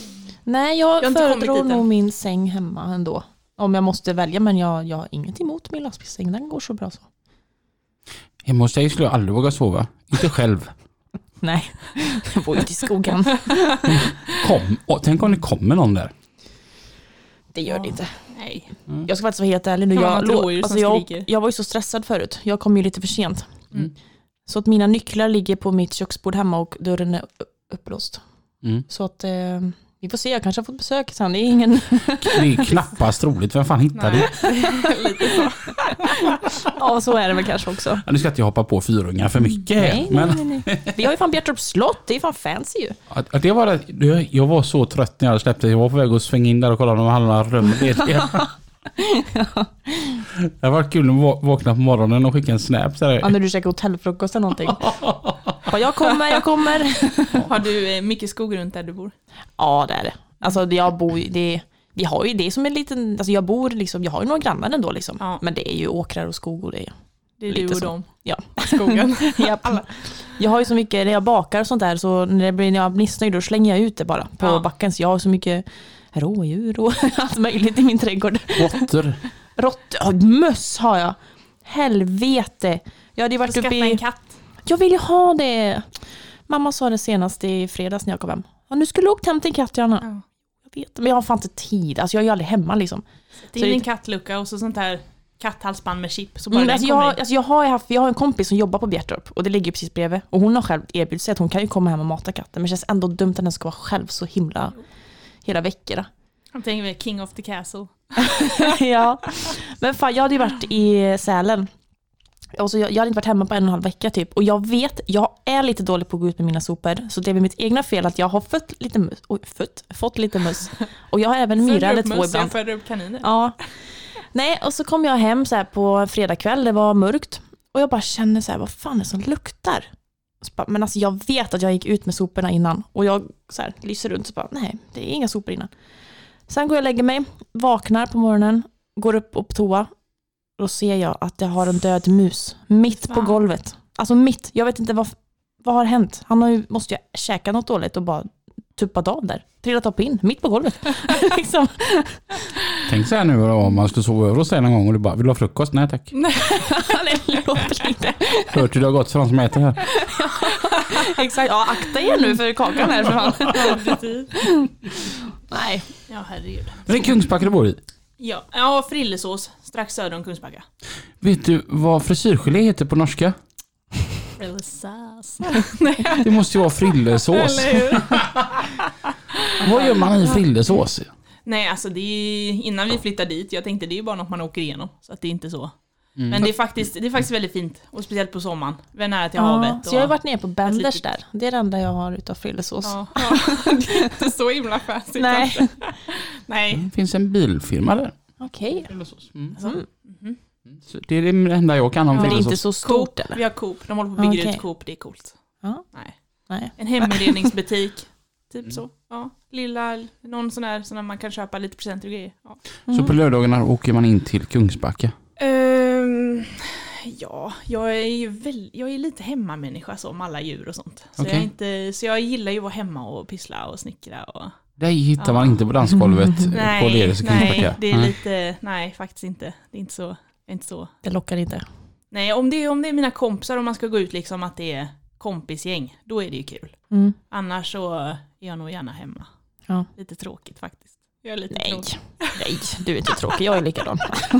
Nej, jag, Jag har inte kommit föredrar dit än. nog min säng hemma ändå. Om jag måste välja, men jag, jag har inget emot min lastbilssäng. Den går så bra så. Hemma hos dig skulle jag aldrig våga sova. Inte själv. Nej, jag bor ute i skogen. Kom. Åh, tänk om det kommer någon där. Det gör det inte. Nej. Jag ska faktiskt vara helt ärlig nu. Ja, Jag, man tror ju alltså som jag, skriker. jag var ju så stressad förut. Jag kom ju lite för sent. Mm. Så att mina nycklar ligger på mitt köksbord hemma och dörren är upplåst. Mm. Så att eh, vi får se, jag kanske har fått besök sen. Det är ingen... Det är knappast roligt. Vem fan hittar det? Lite så. Ja, så är det väl kanske också. Ja, nu ska inte jag hoppa på fyrungar för mycket. Nej, men nej, nej, nej. Vi har ju fan Bjertorps slott. Det är fan fancy ju. att, att det var det, jag var så trött när jag släppte. Jag var på väg att svänga in där och kolla om alla rum är lediga. Det har varit kul att vakna på morgonen och skicka en snap. Så Ja, när du käkar hotellfrukost eller någonting. Ja, jag kommer, jag kommer. Har du eh, mycket skog runt där du bor? Ja, det är det. Alltså jag bor det, vi har ju det som en liten, alltså jag bor liksom, jag har ju några grannar ändå liksom. Ja. Men det är ju åkrar och skog och det är. Det är Lite du och så. dem. Ja. Skogen. Japp. Jag har ju så mycket, när jag bakar och sånt där, så när, det blir, när jag blir missnöjd då slänger jag ut det bara på Ja. backen. Så jag har så mycket rådjur och allt möjligt i min trädgård. Råttor. Rått, ja, möss har jag. Helvete. Jag hade ju varit Skaffa uppe en i... katt. Jag vill ju ha det. Mamma sa det senast i fredags när jag kom hem. Ja, nu skulle du åkt hem till en katt, Johanna. Ja. Jag vet, men jag har fan inte tid. Alltså jag är ju aldrig hemma liksom. Det Så är det- en kattlucka och så sånt här katthalsband med chip. Så bara Mm, den alltså jag, kommer har- in. alltså jag, har haft, jag har en kompis som jobbar på Bjertorp och det ligger precis bredvid. Och hon har själv erbjudit sig att hon kan ju komma hem och mata katten. Men det känns ändå dumt att den ska vara själv så himla hela veckorna. Jag tänker väl King of the Castle. Ja, men fan, jag hade ju varit i Sälen. Alltså jag, jag hade inte varit hemma på en och en halv vecka typ. Och jag vet, jag är lite dålig på att gå ut med mina sopor. Så det är mitt egna fel att jag har fått lite mus. Oj, fått, fått lite mus. Och jag har även myra eller två Jag ibland. föder upp kaniner. Ja. Nej, och så kom jag hem så här på fredag kväll, det var mörkt. Och jag bara kände så här, vad fan är det som luktar? Så bara, men alltså jag vet att jag gick ut med soporna innan. Och jag så här, lyser runt och bara, nej, det är inga sopor innan. Sen går jag och lägger mig, vaknar på morgonen, går upp och på toa. Då ser jag att jag har en död mus mitt på Fan. golvet. Alltså mitt, jag vet inte vad, vad har hänt. Han har ju, måste ju käka något dåligt och bara tuppat av där. Trillat upp in, mitt på golvet. liksom. Tänk så här nu då, om man skulle sova över hos dig någon gång och du bara, vill du ha frukost? Nej tack. Det låter lite. Hört hur det har gått för de som äter här. Exakt, ja akta er nu för kakan här för fan. Ja, precis. Nej. Ja, herregud. Men det är Kungsbacka du bor i. Ja, ja frillesås strax söder om Kungsbacka. Vet du vad frisyrgelé heter på norska? Frillesås. Det måste ju vara frillesås. Eller hur? Vad gör man i frillesås? Nej, alltså det är innan vi flyttar dit. Jag tänkte det är ju bara något man åker igenom. Så att det är inte så. Mm. Men det är, faktiskt, det är faktiskt väldigt fint. Och speciellt på sommaren. Vi är nära till Ja, havet. så jag har och- varit nere på Benders litet- där. Det är det enda jag har utav frillesås. Ja, ja. Det är inte så himla fancy. Nej. kanske. Nej. Det finns en bilfirma där. Okej. Frillesås. Mm. Alltså, Mm. Så det är det enda jag kan om Ja. Men det är inte frillesås. så stort Coop, eller? vi har Coop. De håller på att bygga Okej. ut Coop, det är coolt. Ja. Nej. Nej. En heminredningsbutik. Typ så. Ja. Lilla, någon sån här sån där man kan köpa lite presenter och grejer. Ja. Så på lördagarna åker man in till Kungsbacka. Ehm, ja, jag är ju väl, jag är lite hemmamänniska så, med alla djur och sånt. Så, Okej. jag, är inte, så jag gillar ju att vara hemma och pyssla och snickra. Och, Det hittar Ja. man inte på dansgolvet nej, på Leres och Kungsbacka. nej, det är Nej. lite, nej faktiskt inte. Det är inte så. Det är inte så. Det lockar inte. Nej, om det, är, om det är mina kompisar och man ska gå ut liksom att det är kompisgäng, då är det ju kul. Mm. Annars så är jag nog gärna hemma. Ja. Lite tråkigt faktiskt. Jag är lite Nej. tråkig. Nej, du är inte tråkig. Jag är likadan.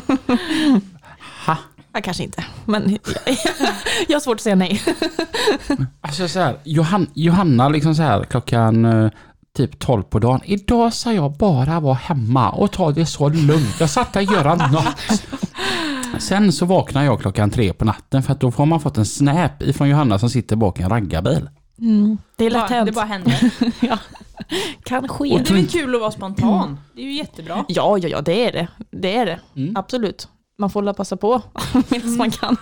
Ha. Jag kanske inte. Men jag har svårt att säga nej. Alltså så här, Johan, Johanna liksom så här klockan eh, typ tolv på dagen. Idag ska jag bara vara hemma och ta det så lugnt. Jag satt där och göra något. Sen så vaknar jag klockan tre på natten för att då får man fått en snap ifrån Johanna som sitter bak i en raggarbil. Mm. Det är lätt Bara, det hänt. bara händer. Ja. Kan ske. Det är väl kul att vara spontan. Det är ju jättebra. Ja, ja, ja, det är det. Det är det. Mm. Absolut. Man får la passa på medan man kan.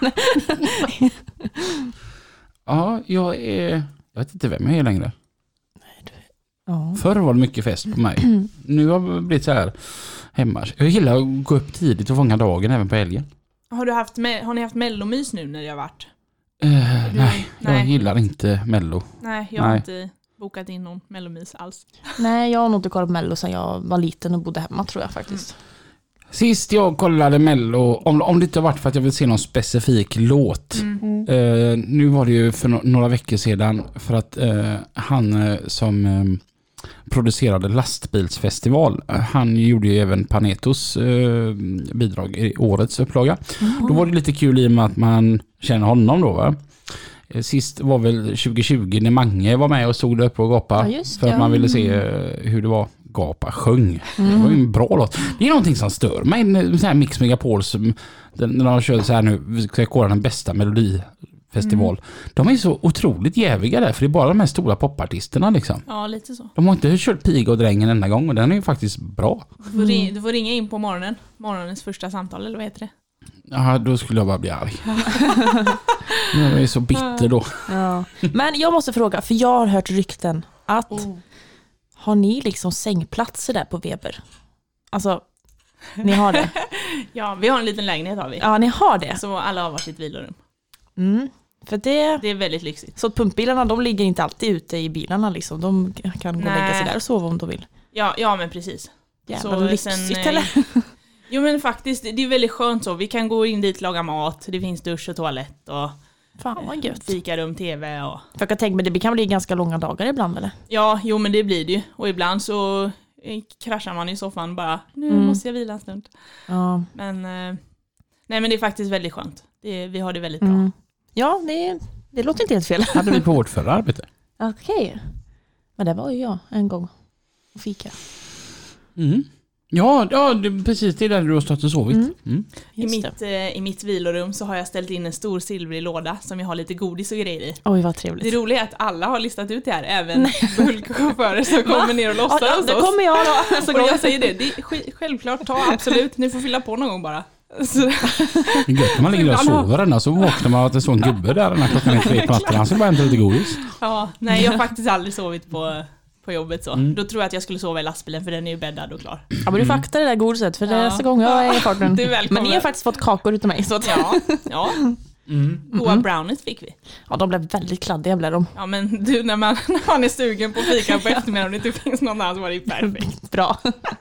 Ja, jag är... Jag vet inte vem jag är längre. Ja. Förr var det mycket fest på mig. Nu har det blivit så här hemma. Jag gillar att gå upp tidigt och fånga dagen även på helgen. Har, du haft me- har ni haft mellomys nu när det har varit? Eh, nej, jag nej. gillar inte Mello. Nej, jag har Nej. inte bokat in någon mellomys alls. Nej, jag har nog inte kollat på Mello sedan jag var liten och bodde hemma, tror jag faktiskt. Sist jag kollade Mello, om, om det inte har varit för att jag vill se någon specifik låt. Mm. Uh, nu var det ju för no- några veckor sedan för att uh, han uh, som uh, producerade lastbilsfestival, uh, han gjorde ju även Panetos uh, bidrag i årets upplaga. Mm. Då var det lite kul i och med att man känner honom då, va? Sist var väl tjugo tjugo när Mange var med och stod upp och gapa, ja, just, för att ja. man ville se hur det var gapa sjöng. Mm. Det var ju en bra låt. Det är någonting som stör mig med så här Mix Megapol som när de kör så här nu, vi ska kolla den bästa melodifestival. Mm. De är så otroligt jäviga där, för det är bara de här stora popartisterna liksom. Ja, lite så. De har inte kört Piga och Drängen enda gång och den är ju faktiskt bra. Du får, ringa, du får ringa in på morgonen. Morgonens första samtal, eller vad heter det? Ja, då skulle jag bara bli arg. Jag är så bitter då. Ja. Men jag måste fråga, för jag har hört rykten att oh. har ni liksom sängplatser där på Weber? Alltså, ni har det? Ja, vi har en liten lägenhet har vi. Ja, ni har det. Så alla har varsitt vilorum. Mm. För det, det är väldigt lyxigt. Så pumpbilarna, de ligger inte alltid ute i bilarna liksom. De kan gå och lägga sig där och sova om de vill. Ja, ja men precis. Jävlar, så lyxigt sen, eller? Jo men faktiskt, det är väldigt skönt så. Vi kan gå in dit och laga mat. Det finns dusch och toalett och fan vad gött. Fikarum, tv och... För jag kan tänka mig, det kan bli ganska långa dagar ibland eller? Ja, jo men det blir det ju. Och ibland så kraschar man i soffan bara, nu mm. måste jag vila en stund. Ja. Men, nej men det är faktiskt väldigt skönt. Det, vi har det väldigt bra. Mm. Ja, det, det låter inte helt fel. Hade vi på vårt förra arbete. Okej. Okay. Men det var ju jag en gång och fika. Mm. Ja, ja det, precis. Det är där du har stått och sovit. Mm. Mm. I, mitt, eh, I mitt vilorum så har jag ställt in en stor silvrig låda som jag har lite godis och grejer i. Oj, vad trevligt. Det roliga är att alla har listat ut det här, även bulkchaufförer som kommer ner och lossar ja, hos oss. oss. kommer jag då. Alltså, och jag säger det, det är självklart, ta absolut, ni får fylla på någon gång bara. Så. Det är gött när man ligger och sover den, så vaknar man att det står en gubbe där när klockan är tre på natten. Han ska bara hämta lite godis. Ja, nej jag har faktiskt aldrig sovit på... på jobbet så. Mm. Då tror jag att jag skulle sova i lastbilen för den är ju bäddad och klar. Ja, men du får akta det där godiset för det är nästa gång jag är i farten. Du är välkommen. Men ni har faktiskt fått kakor utav mig. Så att... Ja, ja. Mm. Goa brownies fick vi. Ja, de blev väldigt kladdiga blev de. Ja, men du, när man, när man är sugen på fika på eftermiddagen och det inte finns någon annan så var det ju perfekt. Bra.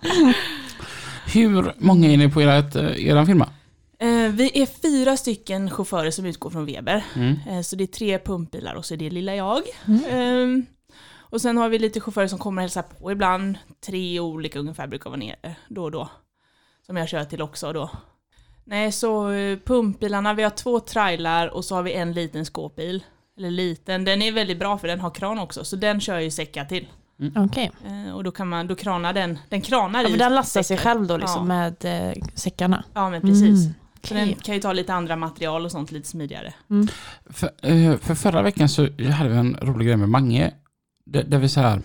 Hur många är ni på ert, er firma? Eh, vi är fyra stycken chaufförer som utgår från Weber. Mm. Eh, så det är tre pumpbilar och så är det lilla jag. Mm. Eh, Och sen har vi lite chaufförer som kommer och hälsa på ibland. Tre olika ungefär brukar vara nere då och då. Som jag kör till också då. Nej, så pumpbilarna, vi har två trailar och så har vi en liten skåpbil. Eller liten, den är väldigt bra för den har kran också. Så den kör ju säckar till. Mm. Okej. Okay. Och då kan man, då kranar den. Den kranar ja, i den lastar sig säckar. själv då liksom ja. med eh, säckarna. Ja, men precis. Mm. Så den kan ju ta lite andra material och sånt lite smidigare. Mm. För, för förra veckan så hade vi en rolig grej med Mange. Det, det vill säga,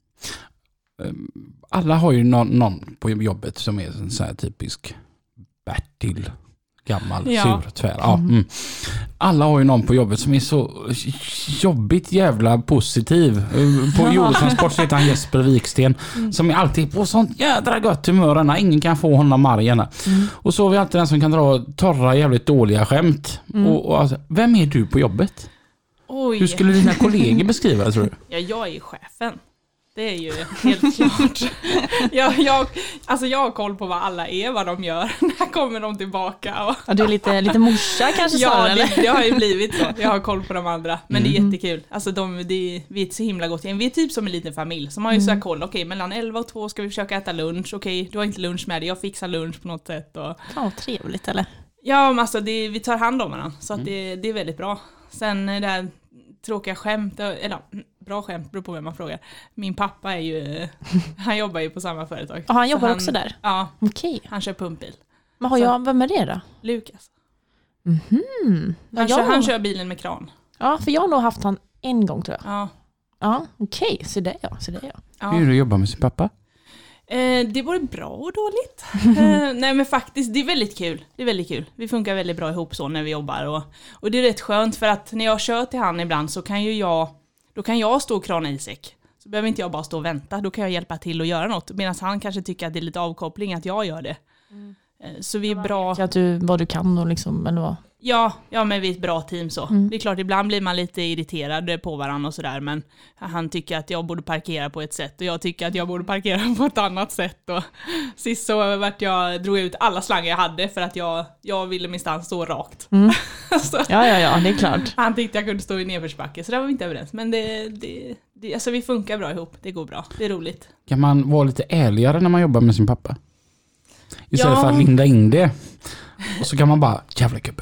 alla har ju någon, någon på jobbet som är en så här typisk Bertil, gammal, ja. sur, tvär. Ja, mm. Alla har ju någon på jobbet som är så jobbigt jävla positiv. På jordtransport så heter han Jesper Viksten mm. som är alltid på sånt jädra gott humör när ingen kan få honom argarna. Mm. Och så har vi alltid den som kan dra torra jävligt dåliga skämt. Mm. Och, och alltså, vem är du på jobbet? Oj. Hur skulle dina kollegor beskriva det, tror du? Ja, jag är ju chefen. Det är ju helt klart. Jag, jag, alltså jag har koll på vad alla är, vad de gör. När kommer de tillbaka? Och... Ja, du är lite, lite morsa kanske? Ja, så, det, eller? det har ju blivit så. Jag har koll på de andra. Men mm. det är jättekul. Alltså de, det, vi är ett så himla gott gäng. Vi är typ som en liten familj. Som har ju mm. så här koll. Okej, okay, mellan elva och två ska vi försöka äta lunch. Okej, okay, du har inte lunch med dig. Jag fixar lunch på något sätt. Och... Ja, trevligt eller? Ja, men alltså det, vi tar hand om varandra. Så att mm. det, det är väldigt bra. Sen det här tråkiga skämt, eller bra skämt beror på vem man frågar. Min pappa är ju, han jobbar ju på samma företag. Och han jobbar han, också där? Ja, okej. Han kör pumpbil. Men har jag, vem är det då? Lukas. Mm-hmm. Han, jag, kör, han kör bilen med kran. Ja, för jag har nog haft han en gång tror jag. Ja. Ja, okej. Okay. Så det ja, så det ja. ja. Hur är det att jobba med sin pappa? Eh, det är både bra och dåligt. eh, nej men faktiskt, det är väldigt kul. Det är väldigt kul. Vi funkar väldigt bra ihop så när vi jobbar. Och, och det är rätt skönt för att när jag kör till han ibland så kan ju jag, då kan jag stå och krana i säck. Så behöver inte jag bara stå och vänta. Då kan jag hjälpa till och göra något. Medan han kanske tycker att det är lite avkoppling att jag gör det. Mm. Eh, så vi är bra. Att du, vad du kan och liksom, eller vad? Ja, ja, men vi är ett bra team så. Mm. Det är klart, ibland blir man lite irriterad på varandra och sådär, men han tycker att jag borde parkera på ett sätt och jag tycker att jag borde parkera på ett annat sätt. Och sist så vart jag, drog jag ut alla slangar jag hade för att jag, jag ville minstans stå rakt. Mm. så, Ja, ja, ja, det är klart. han tyckte jag kunde stå i nedförsbacke, så där var vi inte överens. Men det, det, det, alltså vi funkar bra ihop, det går bra, det är roligt. Kan man vara lite ärligare när man jobbar med sin pappa? Istället Ja. för att linda in det. Och så kan man bara, jävla gubbe.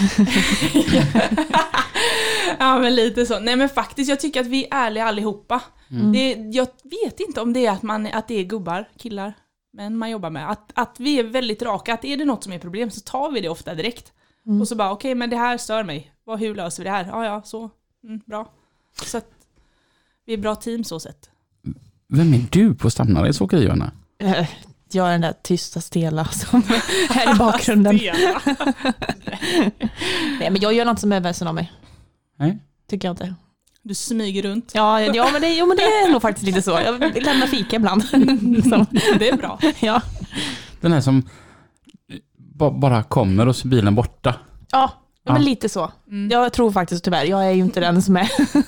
Ja, men lite så. Nej, men faktiskt, jag tycker att vi är ärliga allihopa. Mm. Det, jag vet inte om det är att, man, att det är gubbar, killar, men man jobbar med. Att, att vi är väldigt raka, att är det något som är problem så tar vi det ofta direkt. Mm. Och så bara, okej, okay, men det här stör mig. Vad, hur löser vi det här? Ja, ja, så. Mm, bra. Så att vi är bra team så sett. Vem är du på Stamnares åkerivärna? Eh, Jag är den där tysta stela som är i bakgrunden. Stela. Nej, men jag gör något som är väsen av mig. Nej. Tycker jag inte. Du smyger runt. Ja, ja men, det, jo, men det är nog faktiskt lite så. Jag lämnar fika ibland. Liksom. Det är bra. Ja. Den här som ba- bara kommer och så är bilen borta. Ja, Ja. men lite så. Mm. Jag tror faktiskt tyvärr, jag är ju inte den som är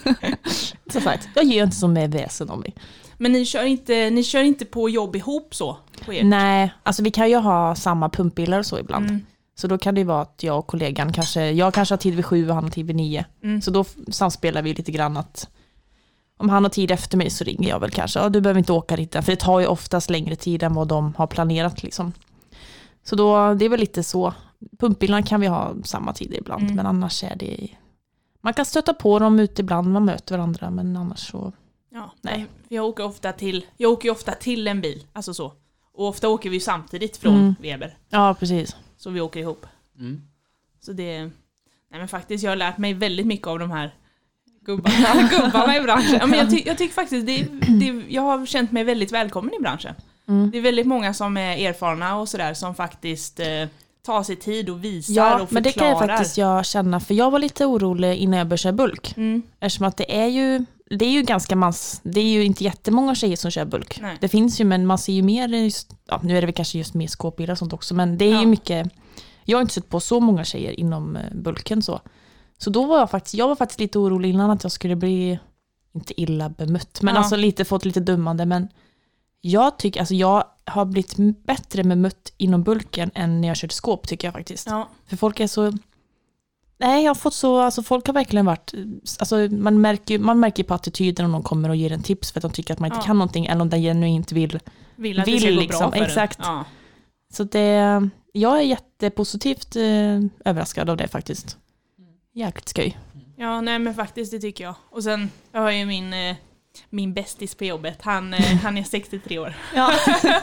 så sagt, jag gör inte som är väsen om mig. Men ni kör, inte, ni kör inte på jobb ihop så? På er? Nej, alltså vi kan ju ha samma pumpbilar och så ibland. Mm. Så då kan det ju vara att jag och kollegan kanske, jag kanske har tid vid sju och han har tid vid nio. Mm. Så då samspelar vi lite grann att om han har tid efter mig så ringer jag väl kanske. Ja, du behöver inte åka dit, för det tar ju oftast längre tid än vad de har planerat liksom. Så då, det är väl lite så. Pumpbilarna kan vi ha samma tid ibland, Mm. men annars är det... Man kan stöta på dem ute ibland, man möter varandra, men annars så... Ja, Nej. jag åker ofta till, jag åker ju ofta till en bil, alltså så. Och ofta åker vi samtidigt från Mm. Weber. Ja, precis. Så vi åker ihop. Mm. Så det, nej men faktiskt, jag har lärt mig väldigt mycket av de här gubbarna, gubbarna i branschen. Ja, men jag, ty, jag tycker faktiskt, det, det, jag har känt mig väldigt välkommen i branschen. Mm. Det är väldigt många som är erfarna och sådär som faktiskt eh, tar sig tid och visar Ja, och förklarar. men det kan jag faktiskt jag känna, för jag var lite orolig innan jag började köra bulk. Mm. Eftersom att det är ju, det är ju ganska mans, det är ju inte jättemånga tjejer som kör bulk. Nej. Det finns ju, men man ser ju mer, just, ja, nu är det väl kanske just mer skåpbilar och sånt också, men det är Ja. ju mycket, jag har inte sett på så många tjejer inom eh, bulken så. Så då var jag faktiskt, jag var faktiskt lite orolig innan att jag skulle bli, inte illa bemött, men Ja. alltså lite fått lite dummande, men jag tycker, alltså jag har blivit bättre med mött inom bulken än när jag körde skåp tycker jag faktiskt. Ja. För folk är så... Nej, jag har fått så... Alltså folk har verkligen varit... Alltså man märker, man märker på attityden om de kommer och ger en tips för att de tycker att man inte Ja. kan någonting eller om de genuint vill. Vill att Vill det ska gå liksom, bra för exakt. En. Ja. Så det... Jag är jättepositivt eh, överraskad av det faktiskt. Jäkligt skoj. Ja, nej men faktiskt det tycker jag. Och sen jag har ju min, eh, min bästis på jobbet. Han, eh, han är sextiotre år. Ja.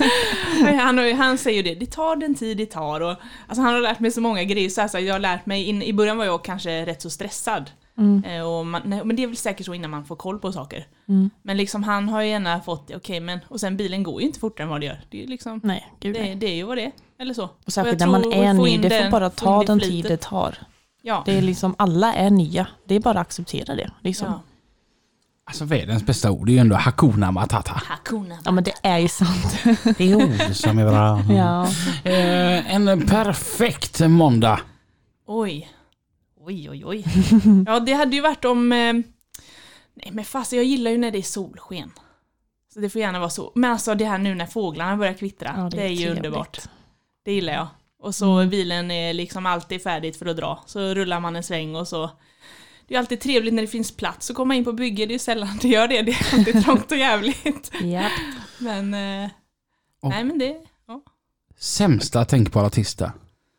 han, har ju- han säger ju det, det tar den tid det tar. Och, alltså, han har lärt mig så många grejer. Så alltså, jag har lärt mig, in, i början var jag kanske rätt så stressad. Mm. Eh, och man, nej, men det är väl säkert så innan man får koll på saker. Mm. Men liksom han har ju gärna fått, okej okay, men, och sen bilen går ju inte fortare än vad det gör. Det är, liksom, Nej, gud det, nej. det är ju vad det är. Eller så. Och särskilt Och när jag man tror är att få ny, in det får den- bara få ta in det den flitet. tid det tar. Ja. Det är liksom, alla är nya. Det är bara att acceptera det. Liksom. Ja. Alltså världens bästa ord är ju ändå Hakuna Matata. Hakuna. Ja, men det är ju sant. Det är ord som är bra. Ja. Eh, en perfekt måndag. Oj. Oj, oj, oj. Ja, det hade ju varit om... Eh, nej, men fast jag gillar ju när det är solsken. Så det får gärna vara så. Men alltså det här nu när fåglarna börjar kvittra. Ja, det är, ju trevligt. underbart. Det gillar jag. Och så Mm. bilen är liksom alltid färdigt för att dra. Så rullar man en sväng och så... Det är alltid trevligt när det finns plats att komma in på bygge. Det är ju sällan det gör det. Det är alltid trångt och jävligt. Ja. Men... Eh, Och- nej, men det... Ja. Sämsta tänkbara tisdag.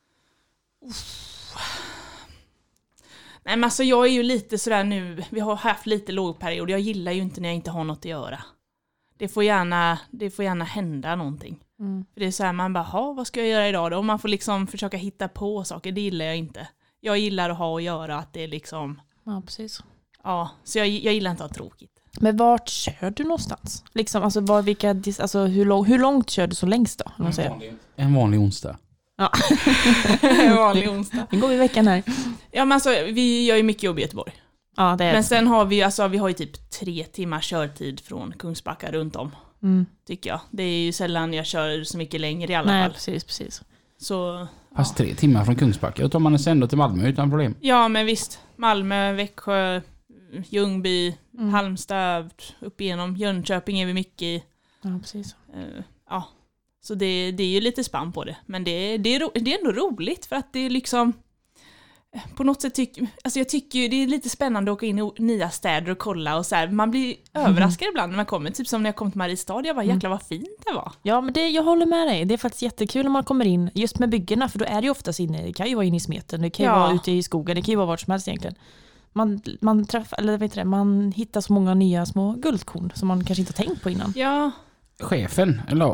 Nej, men alltså jag är ju lite sådär nu, vi har haft lite lågperiod, jag gillar ju inte när jag inte har något att göra. Det får gärna, det får gärna hända någonting. Mm. För det är så här, man bara, ha, vad ska jag göra idag då? Och man får liksom försöka hitta på saker, det gillar jag inte. Jag gillar att ha att göra, att det är liksom, Ja, precis. ja, så jag, jag gillar inte att ha tråkigt. Men vart kör du någonstans? Liksom, alltså, var, vilka, dis- alltså, hur, lång, hur långt kör du så längst då? Om man säger? En vanlig onsdag. Ja. Vanlig onsdag. Nu går vi veckan här. Ja, men alltså, vi gör ju mycket jobb i Göteborg. Ja, det är Men sen har vi ju, alltså vi har ju typ tre timmars körtid från Kungsbacka runt om, mm. tycker jag. Det är ju sällan jag kör så mycket längre i alla Nej, fall. precis, precis. Så, Fast tre timmar från Kungsbacka. Då tar man sig ändå till Malmö utan problem. ja, men visst. Malmö, Växjö, Ljungby, Mm. Halmstad, upp igenom Jönköping är vi mycket i. Ja, precis. Uh, ja, så det, det är ju lite spann på det. Men det, det, är, ro, det är ändå roligt för att det är liksom på något sätt tycker, alltså jag tycker ju det är lite spännande att åka in i nya städer och kolla och så här. Man blir mm. överraskad ibland när man kommer, typ som när jag kom till Mariestad, jag bara jäklar vad fint det var. Ja, men det, jag håller med dig. Det är faktiskt jättekul när man kommer in just med byggena, för då är det ju oftast inne, det kan ju vara inne i smeten, det kan ju Ja. vara ute i skogen, det kan ju vara vart som helst egentligen. Man, man träffar, eller vet du det, man hittar så många nya små guldkorn som man kanske inte har tänkt på innan. Ja. Chefen, eller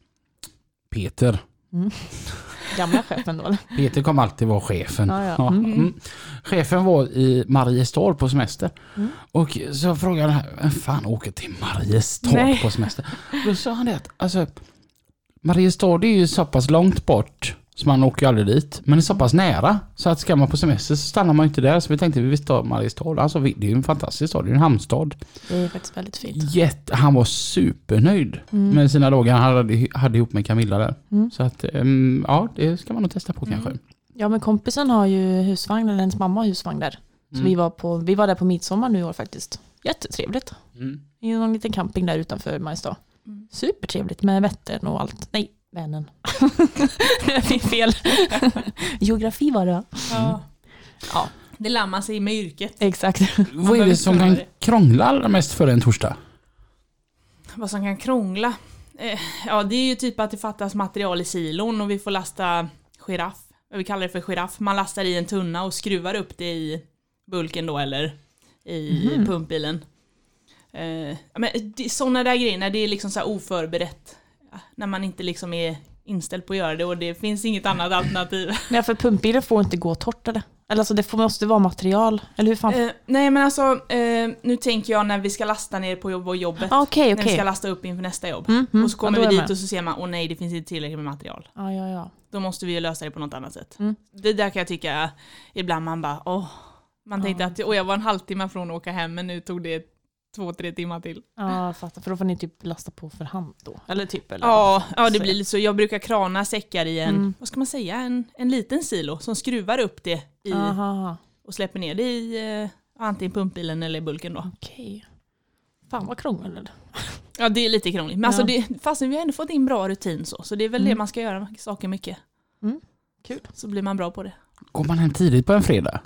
Peter. Mm. Gamla chefen då, eller? Peter kommer alltid vara chefen. Ja, ja. Ja, Mm. mm. Chefen var i Mariestad på semester. Mm. Och så frågade han, vem fan åker till Mariestad Nej. på semester? Då sa han det att, alltså, Mariestad är ju så pass långt bort så man åker ju aldrig dit. Men det är så pass nära så att ska man på semester så stannar man inte där. Så vi tänkte vi visst ta Mariestad. Alltså det är ju en fantastisk stad, det är en hamnstad. Det är faktiskt väldigt fint. Jätte, han var supernöjd Mm. med sina dagar han hade, hade ihop med Camilla där. Mm. Så att, um, ja, det ska man nog testa på Mm. kanske. Ja, men kompisen har ju husvagn, eller ens mamma har husvagn där. Så Mm. vi, var på, vi var där på midsommar nu i år faktiskt. Jättetrevligt. Mm. I någon liten camping där utanför Mariestad. Mm. Supertrevligt med Vättern och allt. Nej, Vänern. Det fick fel. Geografi var det, va? Ja. Ja, Det lammar sig med yrket. exakt. Vad är behöver det som inte kan göra det. krångla allra mest för en torsdag? Vad som kan krångla. Eh, ja, det är ju typ att det fattas material i silon och vi får lasta giraff. Vi kallar det för giraff. Man lastar i en tunna och skruvar upp det i bulken då eller i Mhm. pumpbilen. Eh, men det, sådana där grejer, när det är liksom så här oförberett. Ja, när man inte liksom är inställd på att göra det och det finns inget annat alternativ. Nej, för pumpbilen får inte gå torrt, eller? Eller alltså det får, måste vara material. Eller hur fan? Eh, nej men alltså, eh, nu tänker jag när vi ska lasta ner på jobb och jobbet. Ah, Okej, När vi ska okej. lasta upp inför nästa jobb. Mm, mm. Och så kommer Ja, då är vi jag dit med. och så ser man, åh nej det finns inte tillräckligt med material. Ja, ja, ja. Då måste vi ju lösa det på något annat sätt. Mm. Det där kan jag tycka, ibland man bara, åh. Man tänkte Ja. att åh, jag var en halvtimme från att åka hem men nu tog det två, tre timmar till. Ja, jag fattar. För då får ni typ lasta på för hand då. Eller typ, eller? Ja, ja det Så. blir lite så. Jag brukar krana säckar i en, Mm. vad ska man säga, en, en liten silo som skruvar upp det i Aha, och släpper ner det i eh, antingen pumpbilen eller bulken då. okej. Fan vad krångel. Ja, det är lite krångligt. Men Ja. alltså det, fast vi har ändå fått in bra rutin så. Så det är väl Mm. det man ska göra, saker mycket. Kul. Så blir man bra på det. Går man hem tidigt på en fredag?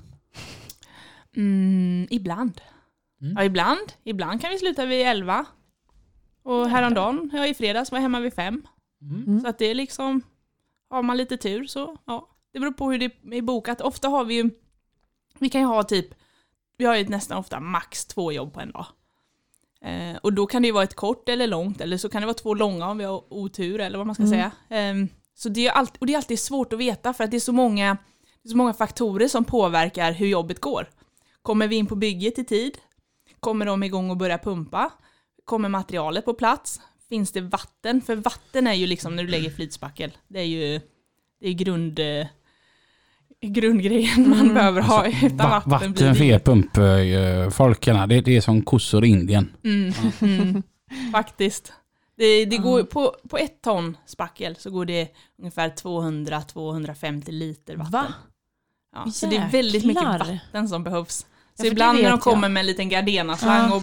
Mm, ibland. Mm. Ja, ibland. Ibland kan vi sluta vid elva. Och häromdagen, ja, i fredags var jag hemma vid fem. Mm. Så att det är liksom, har man lite tur så, ja. Det beror på hur det är bokat. Ofta har vi ju, vi kan ju ha typ, vi har ju nästan ofta max två jobb på en dag. Eh, och då kan det ju vara ett kort eller långt, eller så kan det vara två långa om vi har otur, eller vad man ska Mm. säga. Eh, så det är alltid, och det är alltid svårt att veta, för att det är så många, det är så många faktorer som påverkar hur jobbet går. Kommer vi in på bygget i tid? Kommer de igång och börja pumpa? Kommer materialet på plats? Finns det vatten? För vatten är ju liksom när du lägger flytspackel. Det är ju det är grund, eh, grundgrejen man Mm. behöver ha. Utan Va- vatten, vatten blir för det er pumpfolkarna, det, det är som kossor i Indien. mm, mm, faktiskt. Det, det går, på, på ett ton spackel så går det ungefär tvåhundra till tvåhundrafemtio liter vatten. Va? Ja, så det är väldigt mycket Jäklar. vatten som behövs. Så för det ibland när de vet kommer jag. med en liten Gardena-slang Ja. och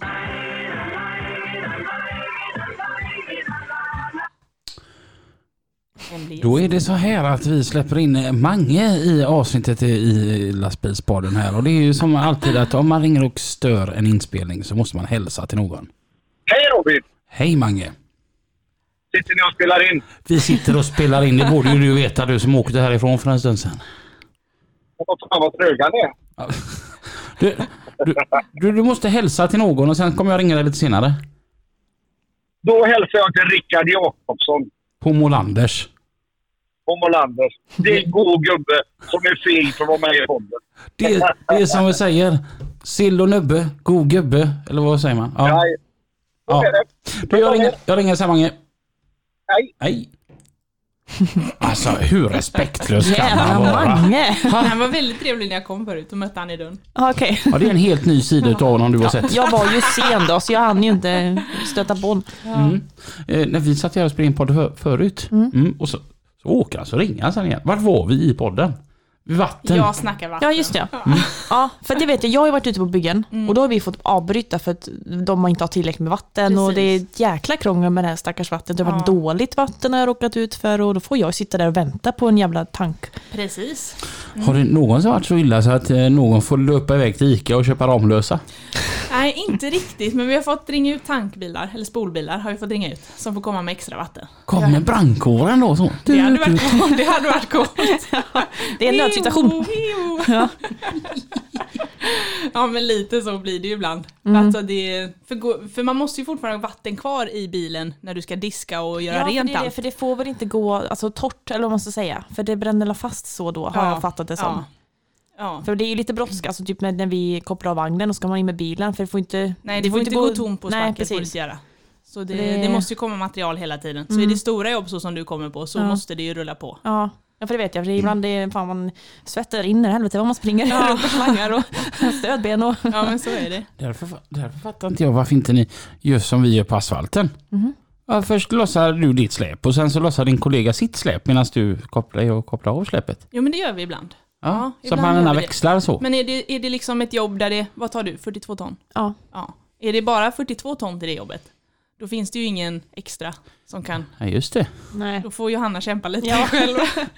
Då är det så här att vi släpper in Mange i avsnittet i lastbilspodden här. Och det är ju som alltid att om man ringer och stör en inspelning så måste man hälsa till någon. Hej Robin! Hej Mange! Sitter ni och spelar in? Vi sitter och spelar in, det borde ju du veta, du som åkte härifrån för en stund sedan. Vad fan vad tröga ni är. Ja. Du, du, du, du måste hälsa till någon och sen kommer jag ringa dig lite senare. Då hälsar jag till Rickard Jakobsson På Molanders. på Molanders. Det är en god gubbe som är fin för att vara med i podden. Det, det är som vi säger, sill och nubbe, god gubbe, eller vad säger man? Ja. Nej. Så Ja. är det. Du, jag ringer, jag ringer sen Mange. Hej. Hej. Alltså hur respektlös kan man Jävla vara? Mange. han var väldigt trevlig när jag kom förut och mötte han i dörren. Ja, okej. Ja, det är en helt ny sida utav honom du har sett. Jag var ju sen då, så jag hann ju inte stöta på. Mm. Eh, när vi satt här och spelade in podd för, förut. Mm. Och så, så åka så ringa sen igen. Vart var vi i podden? Vid vatten. Jag snackar vatten. Ja, just det. Mm. Ja, för det vet jag, jag har ju varit ute på byggen mm. och då har vi fått avbryta för att de inte har tillräckligt med vatten. Precis. Och det är ett jäkla krångel med det här stackars vattnet. Det har varit ja. dåligt vatten har jag råkat ut för och då får jag sitta där och vänta på en jävla tank. Precis. Mm. Har det någonsin varit så illa så att någon får löpa iväg till Ica och köpa Ramlösa? Nej, inte riktigt. Men vi har fått ringa ut tankbilar, eller spolbilar har vi fått ringa ut, som får komma med extra vatten. Kommer brandkåren då? Så. Det hade varit coolt. Det hade varit coolt. Det är en nödsituation. Ja. Ja, men lite så blir det ju ibland. Mm. Alltså det, för, för man måste ju fortfarande ha vatten kvar i bilen när du ska diska och göra ja, rent för det, allt. för det får väl inte gå alltså, torrt, eller vad man ska säga. För det bränner fast så då, har ja. jag fattat det som. Ja. Ja. För det är ju lite brådska, alltså typ när vi kopplar av vagnen och ska man in med bilen, för det får inte... Nej, det får, får inte gå, gå tom på spacket, får det inte göra. Så det, det... det måste ju komma material hela tiden. Så mm. är det stora jobb så som du kommer på, så ja. måste det ju rulla på. Ja. Ja, för det vet jag. För det är ibland det är, fan, man svettar in i helvete vad man springer ja. runt och slangar och stödben. Och ja, men så är det. Därför, därför fattar inte jag varför inte ni gör som vi gör på asfalten. Mm. Ja, först lossar du ditt släp och sen så lossar din kollega sitt släp medan du kopplar och kopplar av släpet. Jo, men det gör vi ibland. Ja, ja så ibland man ena växlar så. Men är det, är det liksom ett jobb där det, vad tar du, fyrtiotvå ton? Ja. ja. Är det bara fyrtiotvå ton till det jobbet? Då finns det ju ingen extra som kan... Ja, just det. Nej. Då får Johanna kämpa lite ja. själv.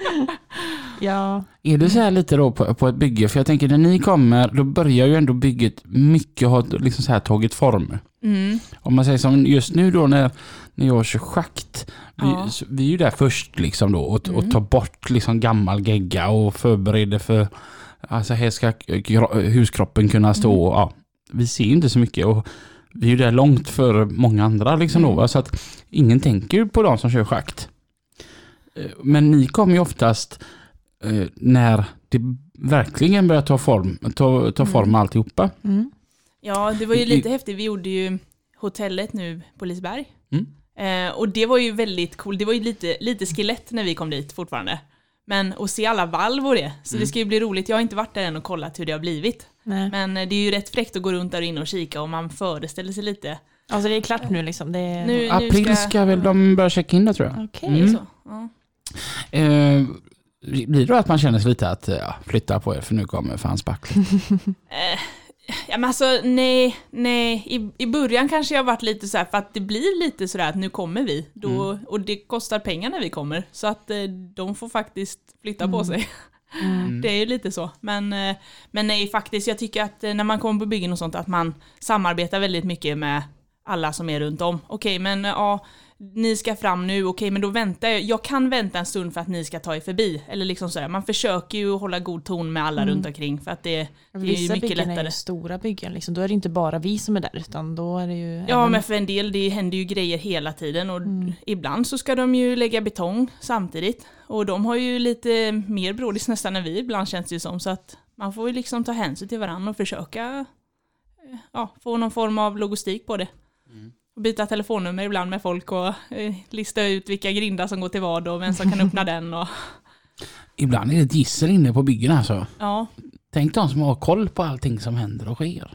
Ja. Är det så här lite då på, på ett bygge? För jag tänker när ni kommer, då börjar ju ändå bygget mycket ha liksom så här tagit form. Mm. Om man säger som just nu då när, när jag kör schakt. Vi, ja. vi är ju där först liksom då och, mm. och tar bort liksom gammal gegga och förbereder för alltså här ska huskroppen kunna stå. Mm. Ja, vi ser ju inte så mycket och vi är ju där långt för många andra liksom då, va? Så att ingen tänker ju på de som kör schakt. Men ni kommer ju oftast eh, när det verkligen börjar ta form, ta, ta form mm. alltihopa. Mm. Ja, det var ju lite I, häftigt. Vi gjorde ju hotellet nu på Liseberg. Mm. Eh, och det var ju väldigt coolt. Det var ju lite, lite skelett när vi kom dit fortfarande. Men att se alla valv och det. Så mm. det ska ju bli roligt. Jag har inte varit där än och kollat hur det har blivit. Nej. Men det är ju rätt fräckt att gå runt där inne och kika och man föreställer sig lite. Alltså det är klart nu liksom. Det är... nu, April ska... ska väl de börja checka in det tror jag. Okej, okay, mm. så. Ja. Eh, blir det då att man känner sig lite att ja, flytta på er för nu kommer fan spackling? eh, ja men alltså nej, nej. I, i början kanske jag har varit lite så här för att det blir lite så där att nu kommer vi. Då, mm. Och det kostar pengar när vi kommer. Så att eh, de får faktiskt flytta mm. på sig. Mm. Det är ju lite så. Men, men nej, faktiskt, jag tycker att när man kommer på byggen och sånt att man samarbetar väldigt mycket med alla som är runt om. Okej, men ja, ni ska fram nu, okej, men då väntar jag. Jag kan vänta en stund för att ni ska ta er förbi. Eller liksom sådär. Man försöker ju hålla god ton med alla mm. runt omkring för att det, det är ju mycket lättare. Vissa är ju stora byggen, liksom. Då är det inte bara vi som är där, utan då är det ju... Ja, även... men för en del, det händer ju grejer hela tiden och mm. ibland så ska de ju lägga betong samtidigt. Och de har ju lite mer brådis nästan än vi, ibland känns det ju som. Så att man får ju liksom ta hänsyn till varandra och försöka ja, få någon form av logistik på det. Mm. Och byta telefonnummer ibland med folk och eh, lista ut vilka grindar som går till vad och vem som kan öppna den. Och... Ibland är det ett gissel inne på byggen alltså. Ja. Tänk de som har koll på allting som händer och sker.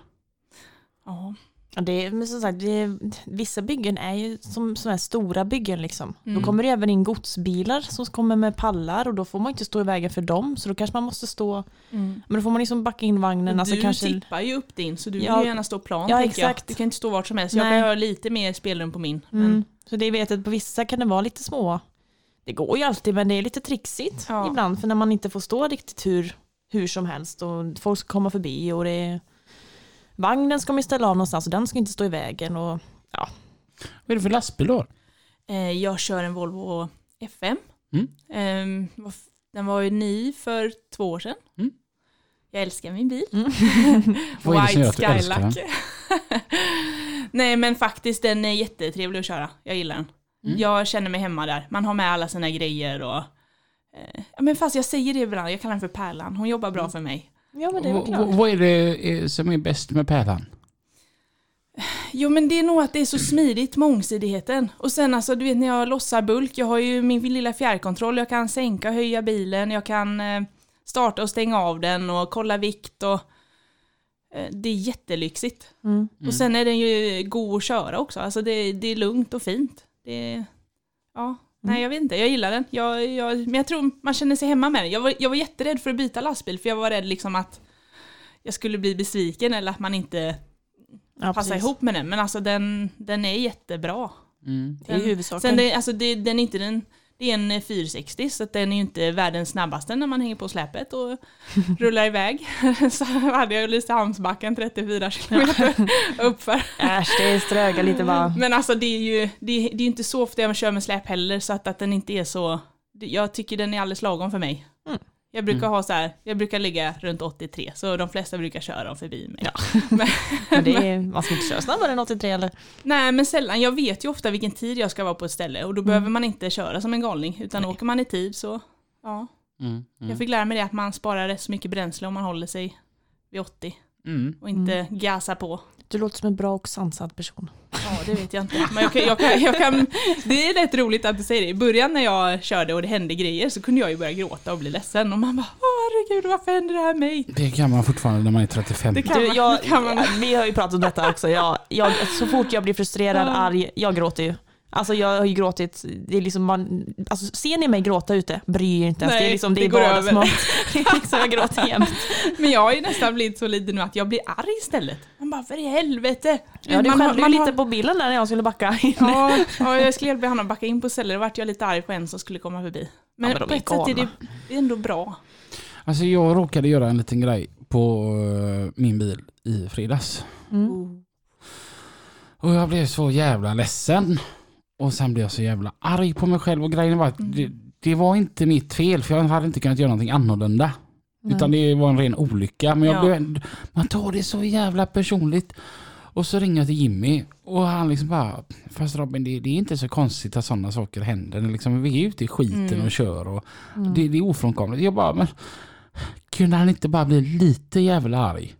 Ja. Ja, det är, men som sagt, det är, vissa byggen är ju som sådana här stora byggen liksom. Mm. Då kommer det även in godsbilar som kommer med pallar och då får man inte stå i vägen för dem, så då kanske man måste stå mm. men då får man liksom backa in vagnen. Alltså, du kanske... tippar ju upp din så du ja, vill gärna stå plan. Ja, exakt. Jag. Du kan inte stå vart som helst. Jag Nej. kan ha lite mer spelrum på min. Mm. Men... Så det vet jag att på vissa kan det vara lite små. Det går ju alltid, men det är lite trixigt ja. ibland, för när man inte får stå riktigt hur, hur som helst och folk ska komma förbi och det är... Vagnen ska man ställa av någonstans och den ska inte stå i vägen. Och, ja. Vad är det för lastbil då? Eh, jag kör en Volvo F M. Mm. Eh, den var ju ny för två år sedan. Mm. Jag älskar min bil. Mm. White Skylack. Nej, men faktiskt den är jättetrevlig att köra. Jag gillar den. Mm. Jag känner mig hemma där. Man har med alla sina grejer. Och, eh, men fast jag säger det ibland. Jag kallar den för Pärlan. Hon jobbar bra mm. för mig. Ja, men det är klart. V- vad är det som är bäst med Pärlan? Jo, men det är nog att det är så smidigt, mångsidigheten. Och sen alltså, du vet när jag lossar bulk, jag har ju min lilla fjärrkontroll. Jag kan sänka och höja bilen. Jag kan eh, starta och stänga av den och kolla vikt. Och, eh, det är jättelyxigt. Mm. Och sen är den ju god att köra också. Alltså det, det är lugnt och fint. Det är, ja. Nej, jag vet inte. Jag gillar den. Jag, jag, men jag tror man känner sig hemma med den. Jag var, jag var jätterädd för att byta lastbil. För jag var rädd liksom att jag skulle bli besviken. Eller att man inte Ja, passar precis. ihop med den. Men alltså den, den är jättebra. Mm. Det är Den, huvudsaken. sen det, alltså det, den är inte den... Det är en fyrahundrasextio så att den är ju inte världens snabbaste när man hänger på släpet och rullar iväg. Så hade jag Ulricehamnsbacken trettiofyra kilometer uppför. Äsch, det strögar lite bara. Men alltså det är ju det är, det är inte så ofta jag kör med släp heller så att, att den inte är så... Jag tycker den är alldeles lagom för mig. Mm. Jag brukar Mm. ha så här, jag brukar ligga runt åttiotre så de flesta brukar köra dem förbi mig. Ja. Men, Men det är, man ska inte köra snabbare än åttiotre eller? nej men sällan, jag vet ju ofta vilken tid jag ska vara på ett ställe och då Mm. behöver man inte köra som en galning utan Nej. åker man i tid så ja. Mm. Mm. Jag fick lära mig det att man sparar rätt så mycket bränsle om man håller sig vid åttio Mm. och inte gasar på. Du låter som en bra och sansad person. Ja, det vet jag inte. Men jag kan, jag kan, jag kan, det är rätt roligt att du säger det. I början när jag körde och det hände grejer så kunde jag ju börja gråta och bli ledsen. Och man bara, åh herregud, varför händer det här med mig? Det kan man fortfarande när man är trettiofem. Det kan Du, man, jag, det kan man. Vi har ju pratat om detta också. Jag, jag, så fort jag blir frustrerad, Ja. arg, jag gråter ju. Alltså jag har ju gråtit, det är liksom man, alltså ser ni mig gråta ute, bryr er inte ens. Nej, det är liksom, det det är går vardagsmat. Det är liksom, jag gråter jämt. Men jag har ju nästan blivit så liten nu att jag blir arg istället. Man bara, för i helvete. Ja, du man, skällde ju man lite har- på bilen där när jag skulle backa in. Ja, ja, jag skulle hjälpa Hanna att backa in på stället. Då vart jag lite arg på en som skulle komma förbi. Men, Ja, men de på är ett sätt är det, galna. det är ändå bra. Alltså jag råkade göra en liten grej på uh, min bil i fredags. Mm. Och jag blev så jävla ledsen. Och sen blev jag så jävla arg på mig själv. Och grejen var att Mm. det, det var inte mitt fel. För jag hade inte kunnat göra någonting annorlunda. Nej. Utan det var en ren olycka. Men jag Ja. blev, man tar det så jävla personligt. Och så ringer jag till Jimmy. Och han liksom bara, fast Robin, det, det är inte så konstigt att sådana saker händer. Liksom, vi är ute i skiten Mm. och kör. Och Mm. det, det är ofrånkomligt. Jag bara, men kunde han inte bara bli lite jävla arg?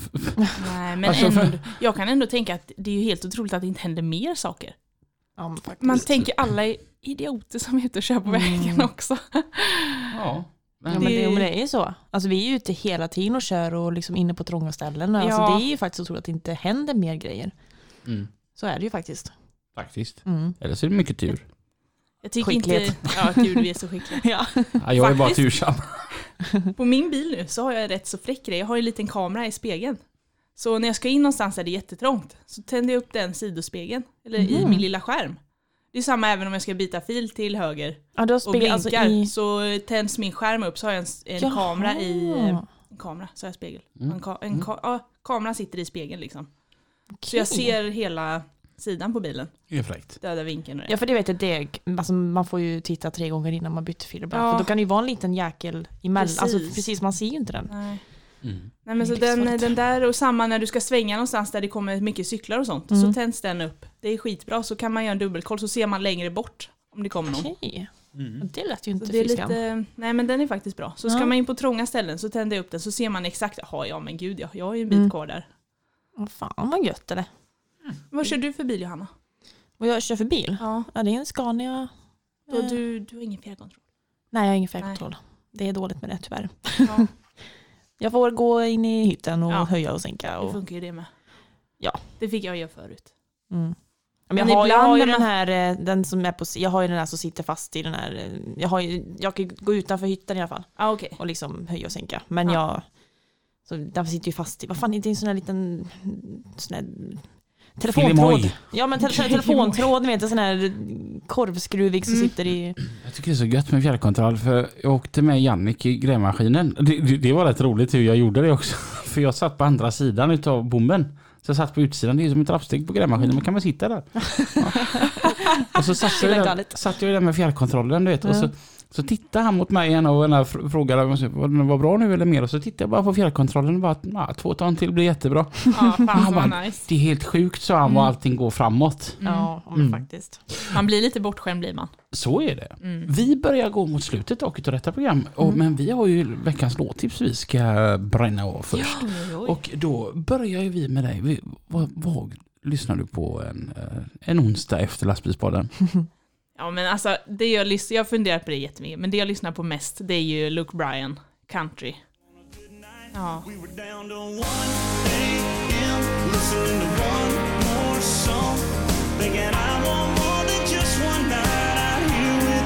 Nej, men Alltså, för- ändå, jag kan ändå tänka att det är ju helt otroligt att det inte händer mer saker. Ja, men faktiskt. Man tänker alla är idioter som är ute och kör på Mm. vägen också. Ja. Ja, men, Det- det, men det är ju så. Alltså, vi är ju ute hela tiden och kör och liksom inne på trånga ställen. Alltså, Ja. det är ju faktiskt så troligt att det inte händer mer grejer. Mm, Så är det ju faktiskt. faktiskt. Mm. Eller så är det mycket tur. Jag tycker Skicklighet. inte... Ja, gud, vi är så skickliga. Ja. Ja, jag är bara Faktiskt. tursam. På min bil nu så har jag en rätt så fräck grej. Jag har en liten kamera i spegeln. Så när jag ska in någonstans där det är jättetrångt så tänder jag upp den sidospegeln. Eller i Mhm. min lilla skärm. Det är samma även om jag ska byta fil till höger Ja, du har och spegel, blinkar. alltså i... Så tänds min skärm upp så har jag en, en Jaha. kamera i... En kamera, så har jag spegel. Mm. En ka, en ka, ja, kameran sitter i spegeln liksom. Så Okej. jag ser hela sidan på bilen. Det är fräckt. Döda vinkeln och det. Ja, för det vet jag, det, alltså, man får ju titta tre gånger innan man byter fil. Bara. Ja. För då kan det ju vara en liten jäkel emellan. Precis. Alltså precis, man ser ju inte den. Nej. Mm. Nej men så Det är den, svårt. den där och samma när du ska svänga någonstans där det kommer mycket cyklar och sånt Mm. så tänds den upp. Det är skitbra så kan man göra en dubbelkoll så ser man längre bort om det kommer någon. Okej. Mm. Det lät ju Så inte det är fy skam. lite, nej men den är faktiskt bra. Så ska Ja. man in på trånga ställen så tänder jag upp den så ser man exakt, ja ja men gud ja, jag har ju en bit Mm. kvar där. Vad fan vad gött eller? Vad kör du för bil Johanna? Vad jag kör för bil? Ja, Ja, det är en Scania. då Eh, du, du har ingen fjärrkontroll. Nej, jag har ingen färgkontroll. Det är dåligt med det tyvärr. Ja, Jag får gå in i hytten och Ja. höja och sänka. det Och, funkar ju det med. Ja. Det fick jag göra förut. mm. Men jag, Men har, jag ibland har ju när den man- här, eh, den som är på, jag har ju den här som sitter fast i den här, eh, jag har ju, jag kan ju gå utanför hytten i alla fall Ja okej. och liksom höja och sänka. Men Ja. jag, så den sitter ju fast i, vad fan, det är en sån här liten, sån här telefontråd. Filimoj. Ja men te- te- telefontråd, ni vet, en sån här korvskruvig som Mm. sitter i, Jag tycker det är så gött med fjärrkontroll för jag åkte med Jannik i grävmaskinen. Det, det, det var rätt roligt hur jag gjorde det också. För jag satt på andra sidan utav bomben. Så jag satt på utsidan, det är som ett trappsteg på grävmaskinen, man kan väl sitta där. Ja. Och så satt jag, Det är där, galet. satt jag där med fjärrkontrollen, du vet. Och Ja. så, så tittade han mot mig igen och en fr- frågade om det var bra nu eller mer. Och så tittade jag bara på fjärrkontrollen och bara, nah, två ton till blir jättebra. Ja, fan Han vad bara, nice. det är helt sjukt, så han, vad allting går framåt. Mm. ja men Mm. faktiskt. Man blir lite bortskämd blir man. Så är det. Mm. Vi börjar gå mot slutet dock utav detta program. Och, Mm. men vi har ju veckans låttips vi ska bränna av först. Oj, oj, oj. Och då börjar ju vi med dig. Vi, vad, vad lyssnar du på en, eh, en onsdag efter lastbilspodden? Ja men alltså, det jag, lys- jag funderar på det jättemycket, men det jag lyssnar på mest det är ju Luke Bryan, country. Ja. We were down to one a.m. listening to one more song, thinking I want more than just one night out here with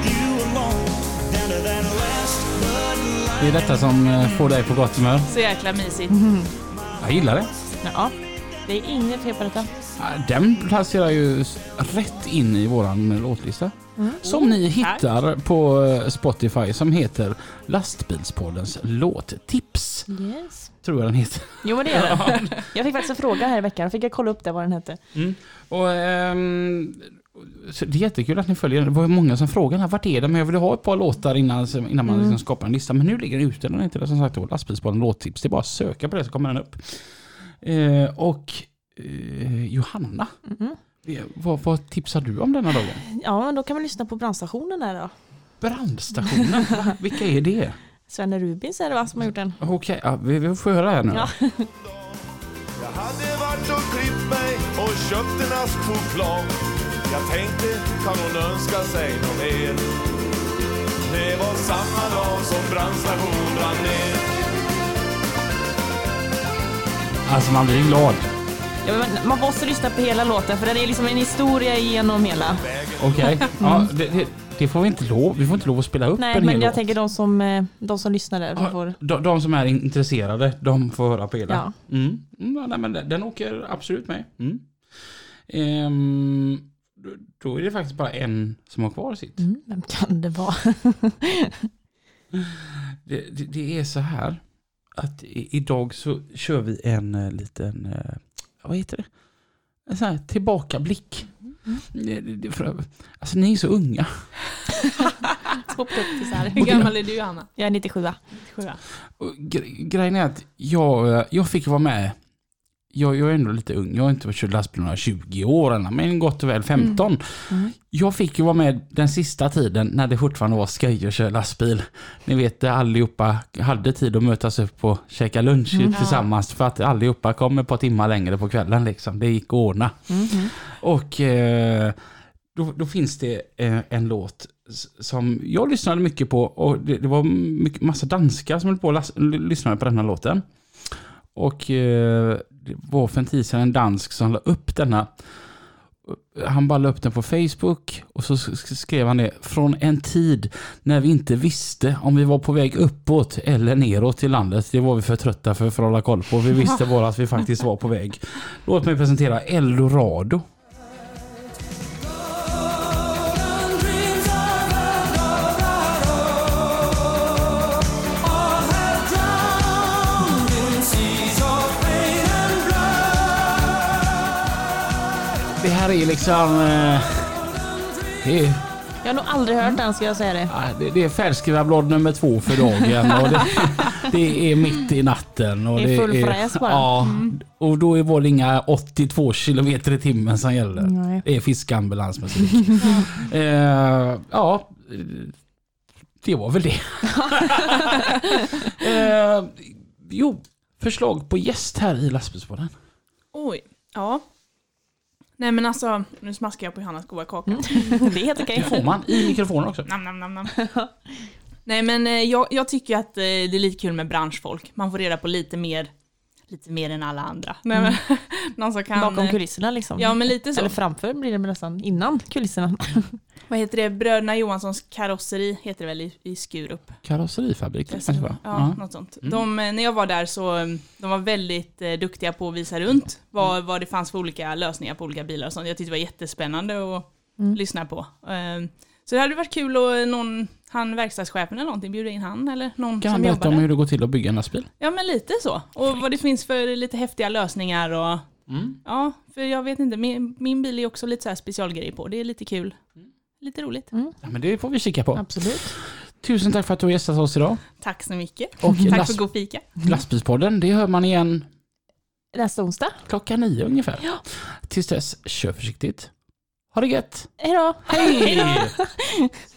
Det är detta som eh, får dig på gott humör. Så jäkla mysigt. Jag gillar det. Ja, det är inget fel på detta. Ja, den placerar ju s- rätt in i våran låtlista. Som ni hittar på eh, Spotify, som heter Lastbilspoddens låttips. Yes. Tror jag den heter. Jo, men det är det. Jag fick faktiskt en fråga här i veckan. Fick jag kolla upp det vad den hette. Mm. Och, ehm, så det är jättekul att ni följer den. Det var ju många som frågade, vart är det? Men jag ville ha ett par låtar innan, innan man Mm. liksom skapar en lista. Men nu ligger den ute. Den är inte det, som sagt, då, Lastbilspodden låttips. Det är bara att söka på det så kommer den upp. Eh, och eh, Johanna, Mm. eh, vad, vad tipsar du om denna dagen? Ja, men då kan man lyssna på brandstationen där då. Brandstationen, vilka är det? Svenne Rubins är det va som har gjort den? Okej, ja, vi, vi får höra här nu. Ja. Jag hade varit och klippt mig och köpt en ask choklad. Jag tänkte, kan hon önska sig något mer? Det var samma dag som brandstationen brann ner. Alltså man blir glad. Ja, men man måste lyssna på hela låten för den är liksom en historia genom hela. Okej, ja, det, det, det får vi inte lov. Vi får inte lov att spela upp Nej, en men hel jag låt. tänker de som, eh, de som lyssnar där. Ja, Får... de, de som är intresserade, de får höra på hela. Ja. Mm. Mm, ja, nej, men den, den åker absolut med. Mm. Ehm, då, då är det faktiskt bara en som har kvar sitt. Mm, vem kan det vara? Det, det, det är så här att i, idag så kör vi en uh, liten, uh, vad heter det? En sån här tillbakablick. Mm. Det, det, det, för, alltså ni är så unga. Hur gammal är du, Anna? Jag är nittiosju. Och gre- grejen är att jag, jag fick vara med. Jag, jag är ändå lite ung. Jag har inte kört lastbil några tjugo år än, men gott och väl femton. Mm. Mm. Jag fick ju vara med den sista tiden när det fortfarande var skoj att köra lastbil. Ni vet, allihopa hade tid att mötas upp och käka lunch Mm. tillsammans för att allihopa kom ett par timmar längre på kvällen. Liksom. Det gick att ordna. Mm. Och eh, då, då finns det eh, en låt s- som jag lyssnade mycket på, och det, det var mycket, massa danskar som höll på och las, lyssnade på den här låten. Och eh, det var för en tid sedan en dansk som la upp denna. Han bara la upp den på Facebook och så skrev han det: från en tid när vi inte visste om vi var på väg uppåt eller neråt i landet. Det var vi för trötta för, för att hålla koll på. Vi visste bara att vi faktiskt var på väg. Låt mig presentera Eldorado. Det här är liksom... Eh, det, är, Jag har nog aldrig hört den, ska jag säga det. ja, det, det är färskrivarblad nummer två för dagen. Och det, det är mitt i natten. Och Det är full fräs bara. Ja, och då var det inga åttiotvå kilometer i timmen som gäller. Nej. Det är fiskambulansmusik. eh, ja, det var väl det. eh, jo, förslag på gäst här i Lastbilspodden. Oj, ja. Nej men alltså, nu smaskar jag på Johannas goda kaka. Det är helt okej. Det får man i mikrofonen också. Nam, nam, nam, nam. Nej men eh, jag, jag tycker att eh, det är lite kul med branschfolk. Man får reda på lite mer, lite mer än alla andra. Nej, men, någon som kan, Bakom eh, kulisserna liksom. Ja men lite så. Eller framför blir det nästan innan kulisserna. Vad heter det? Bröderna Johanssons karosseri heter det väl i, i Skurup. Karosserifabrik kanske, va? Ja, Ja. något sånt. Mm. De, eh, när jag var där så eh, de var väldigt eh, duktiga på att visa runt vad, vad det fanns för olika lösningar på olika bilar och sånt. Jag tyckte det var jättespännande att Mm. lyssna på. Eh, så det hade varit kul att någon, han verkstadschefen eller någonting, bjuda in han eller någon Kan han som berätta jobbar om där. hur det går till att bygga en lastbil? Ja men lite så. Och vad det finns för lite häftiga lösningar och Mm. ja, för jag vet inte, min, min bil är också lite så här specialgrej på. Det är lite kul. Lite roligt. Ja, men det får vi kika på. Absolut. Tusen tack för att du har gästat oss idag. Tack så mycket. Och Tack last- för god fika. Lastbilspodden, det hör man igen Nästa onsdag. klockan nio ungefär. Tills dess, kör försiktigt. Ha det gött. Hej då. Hej!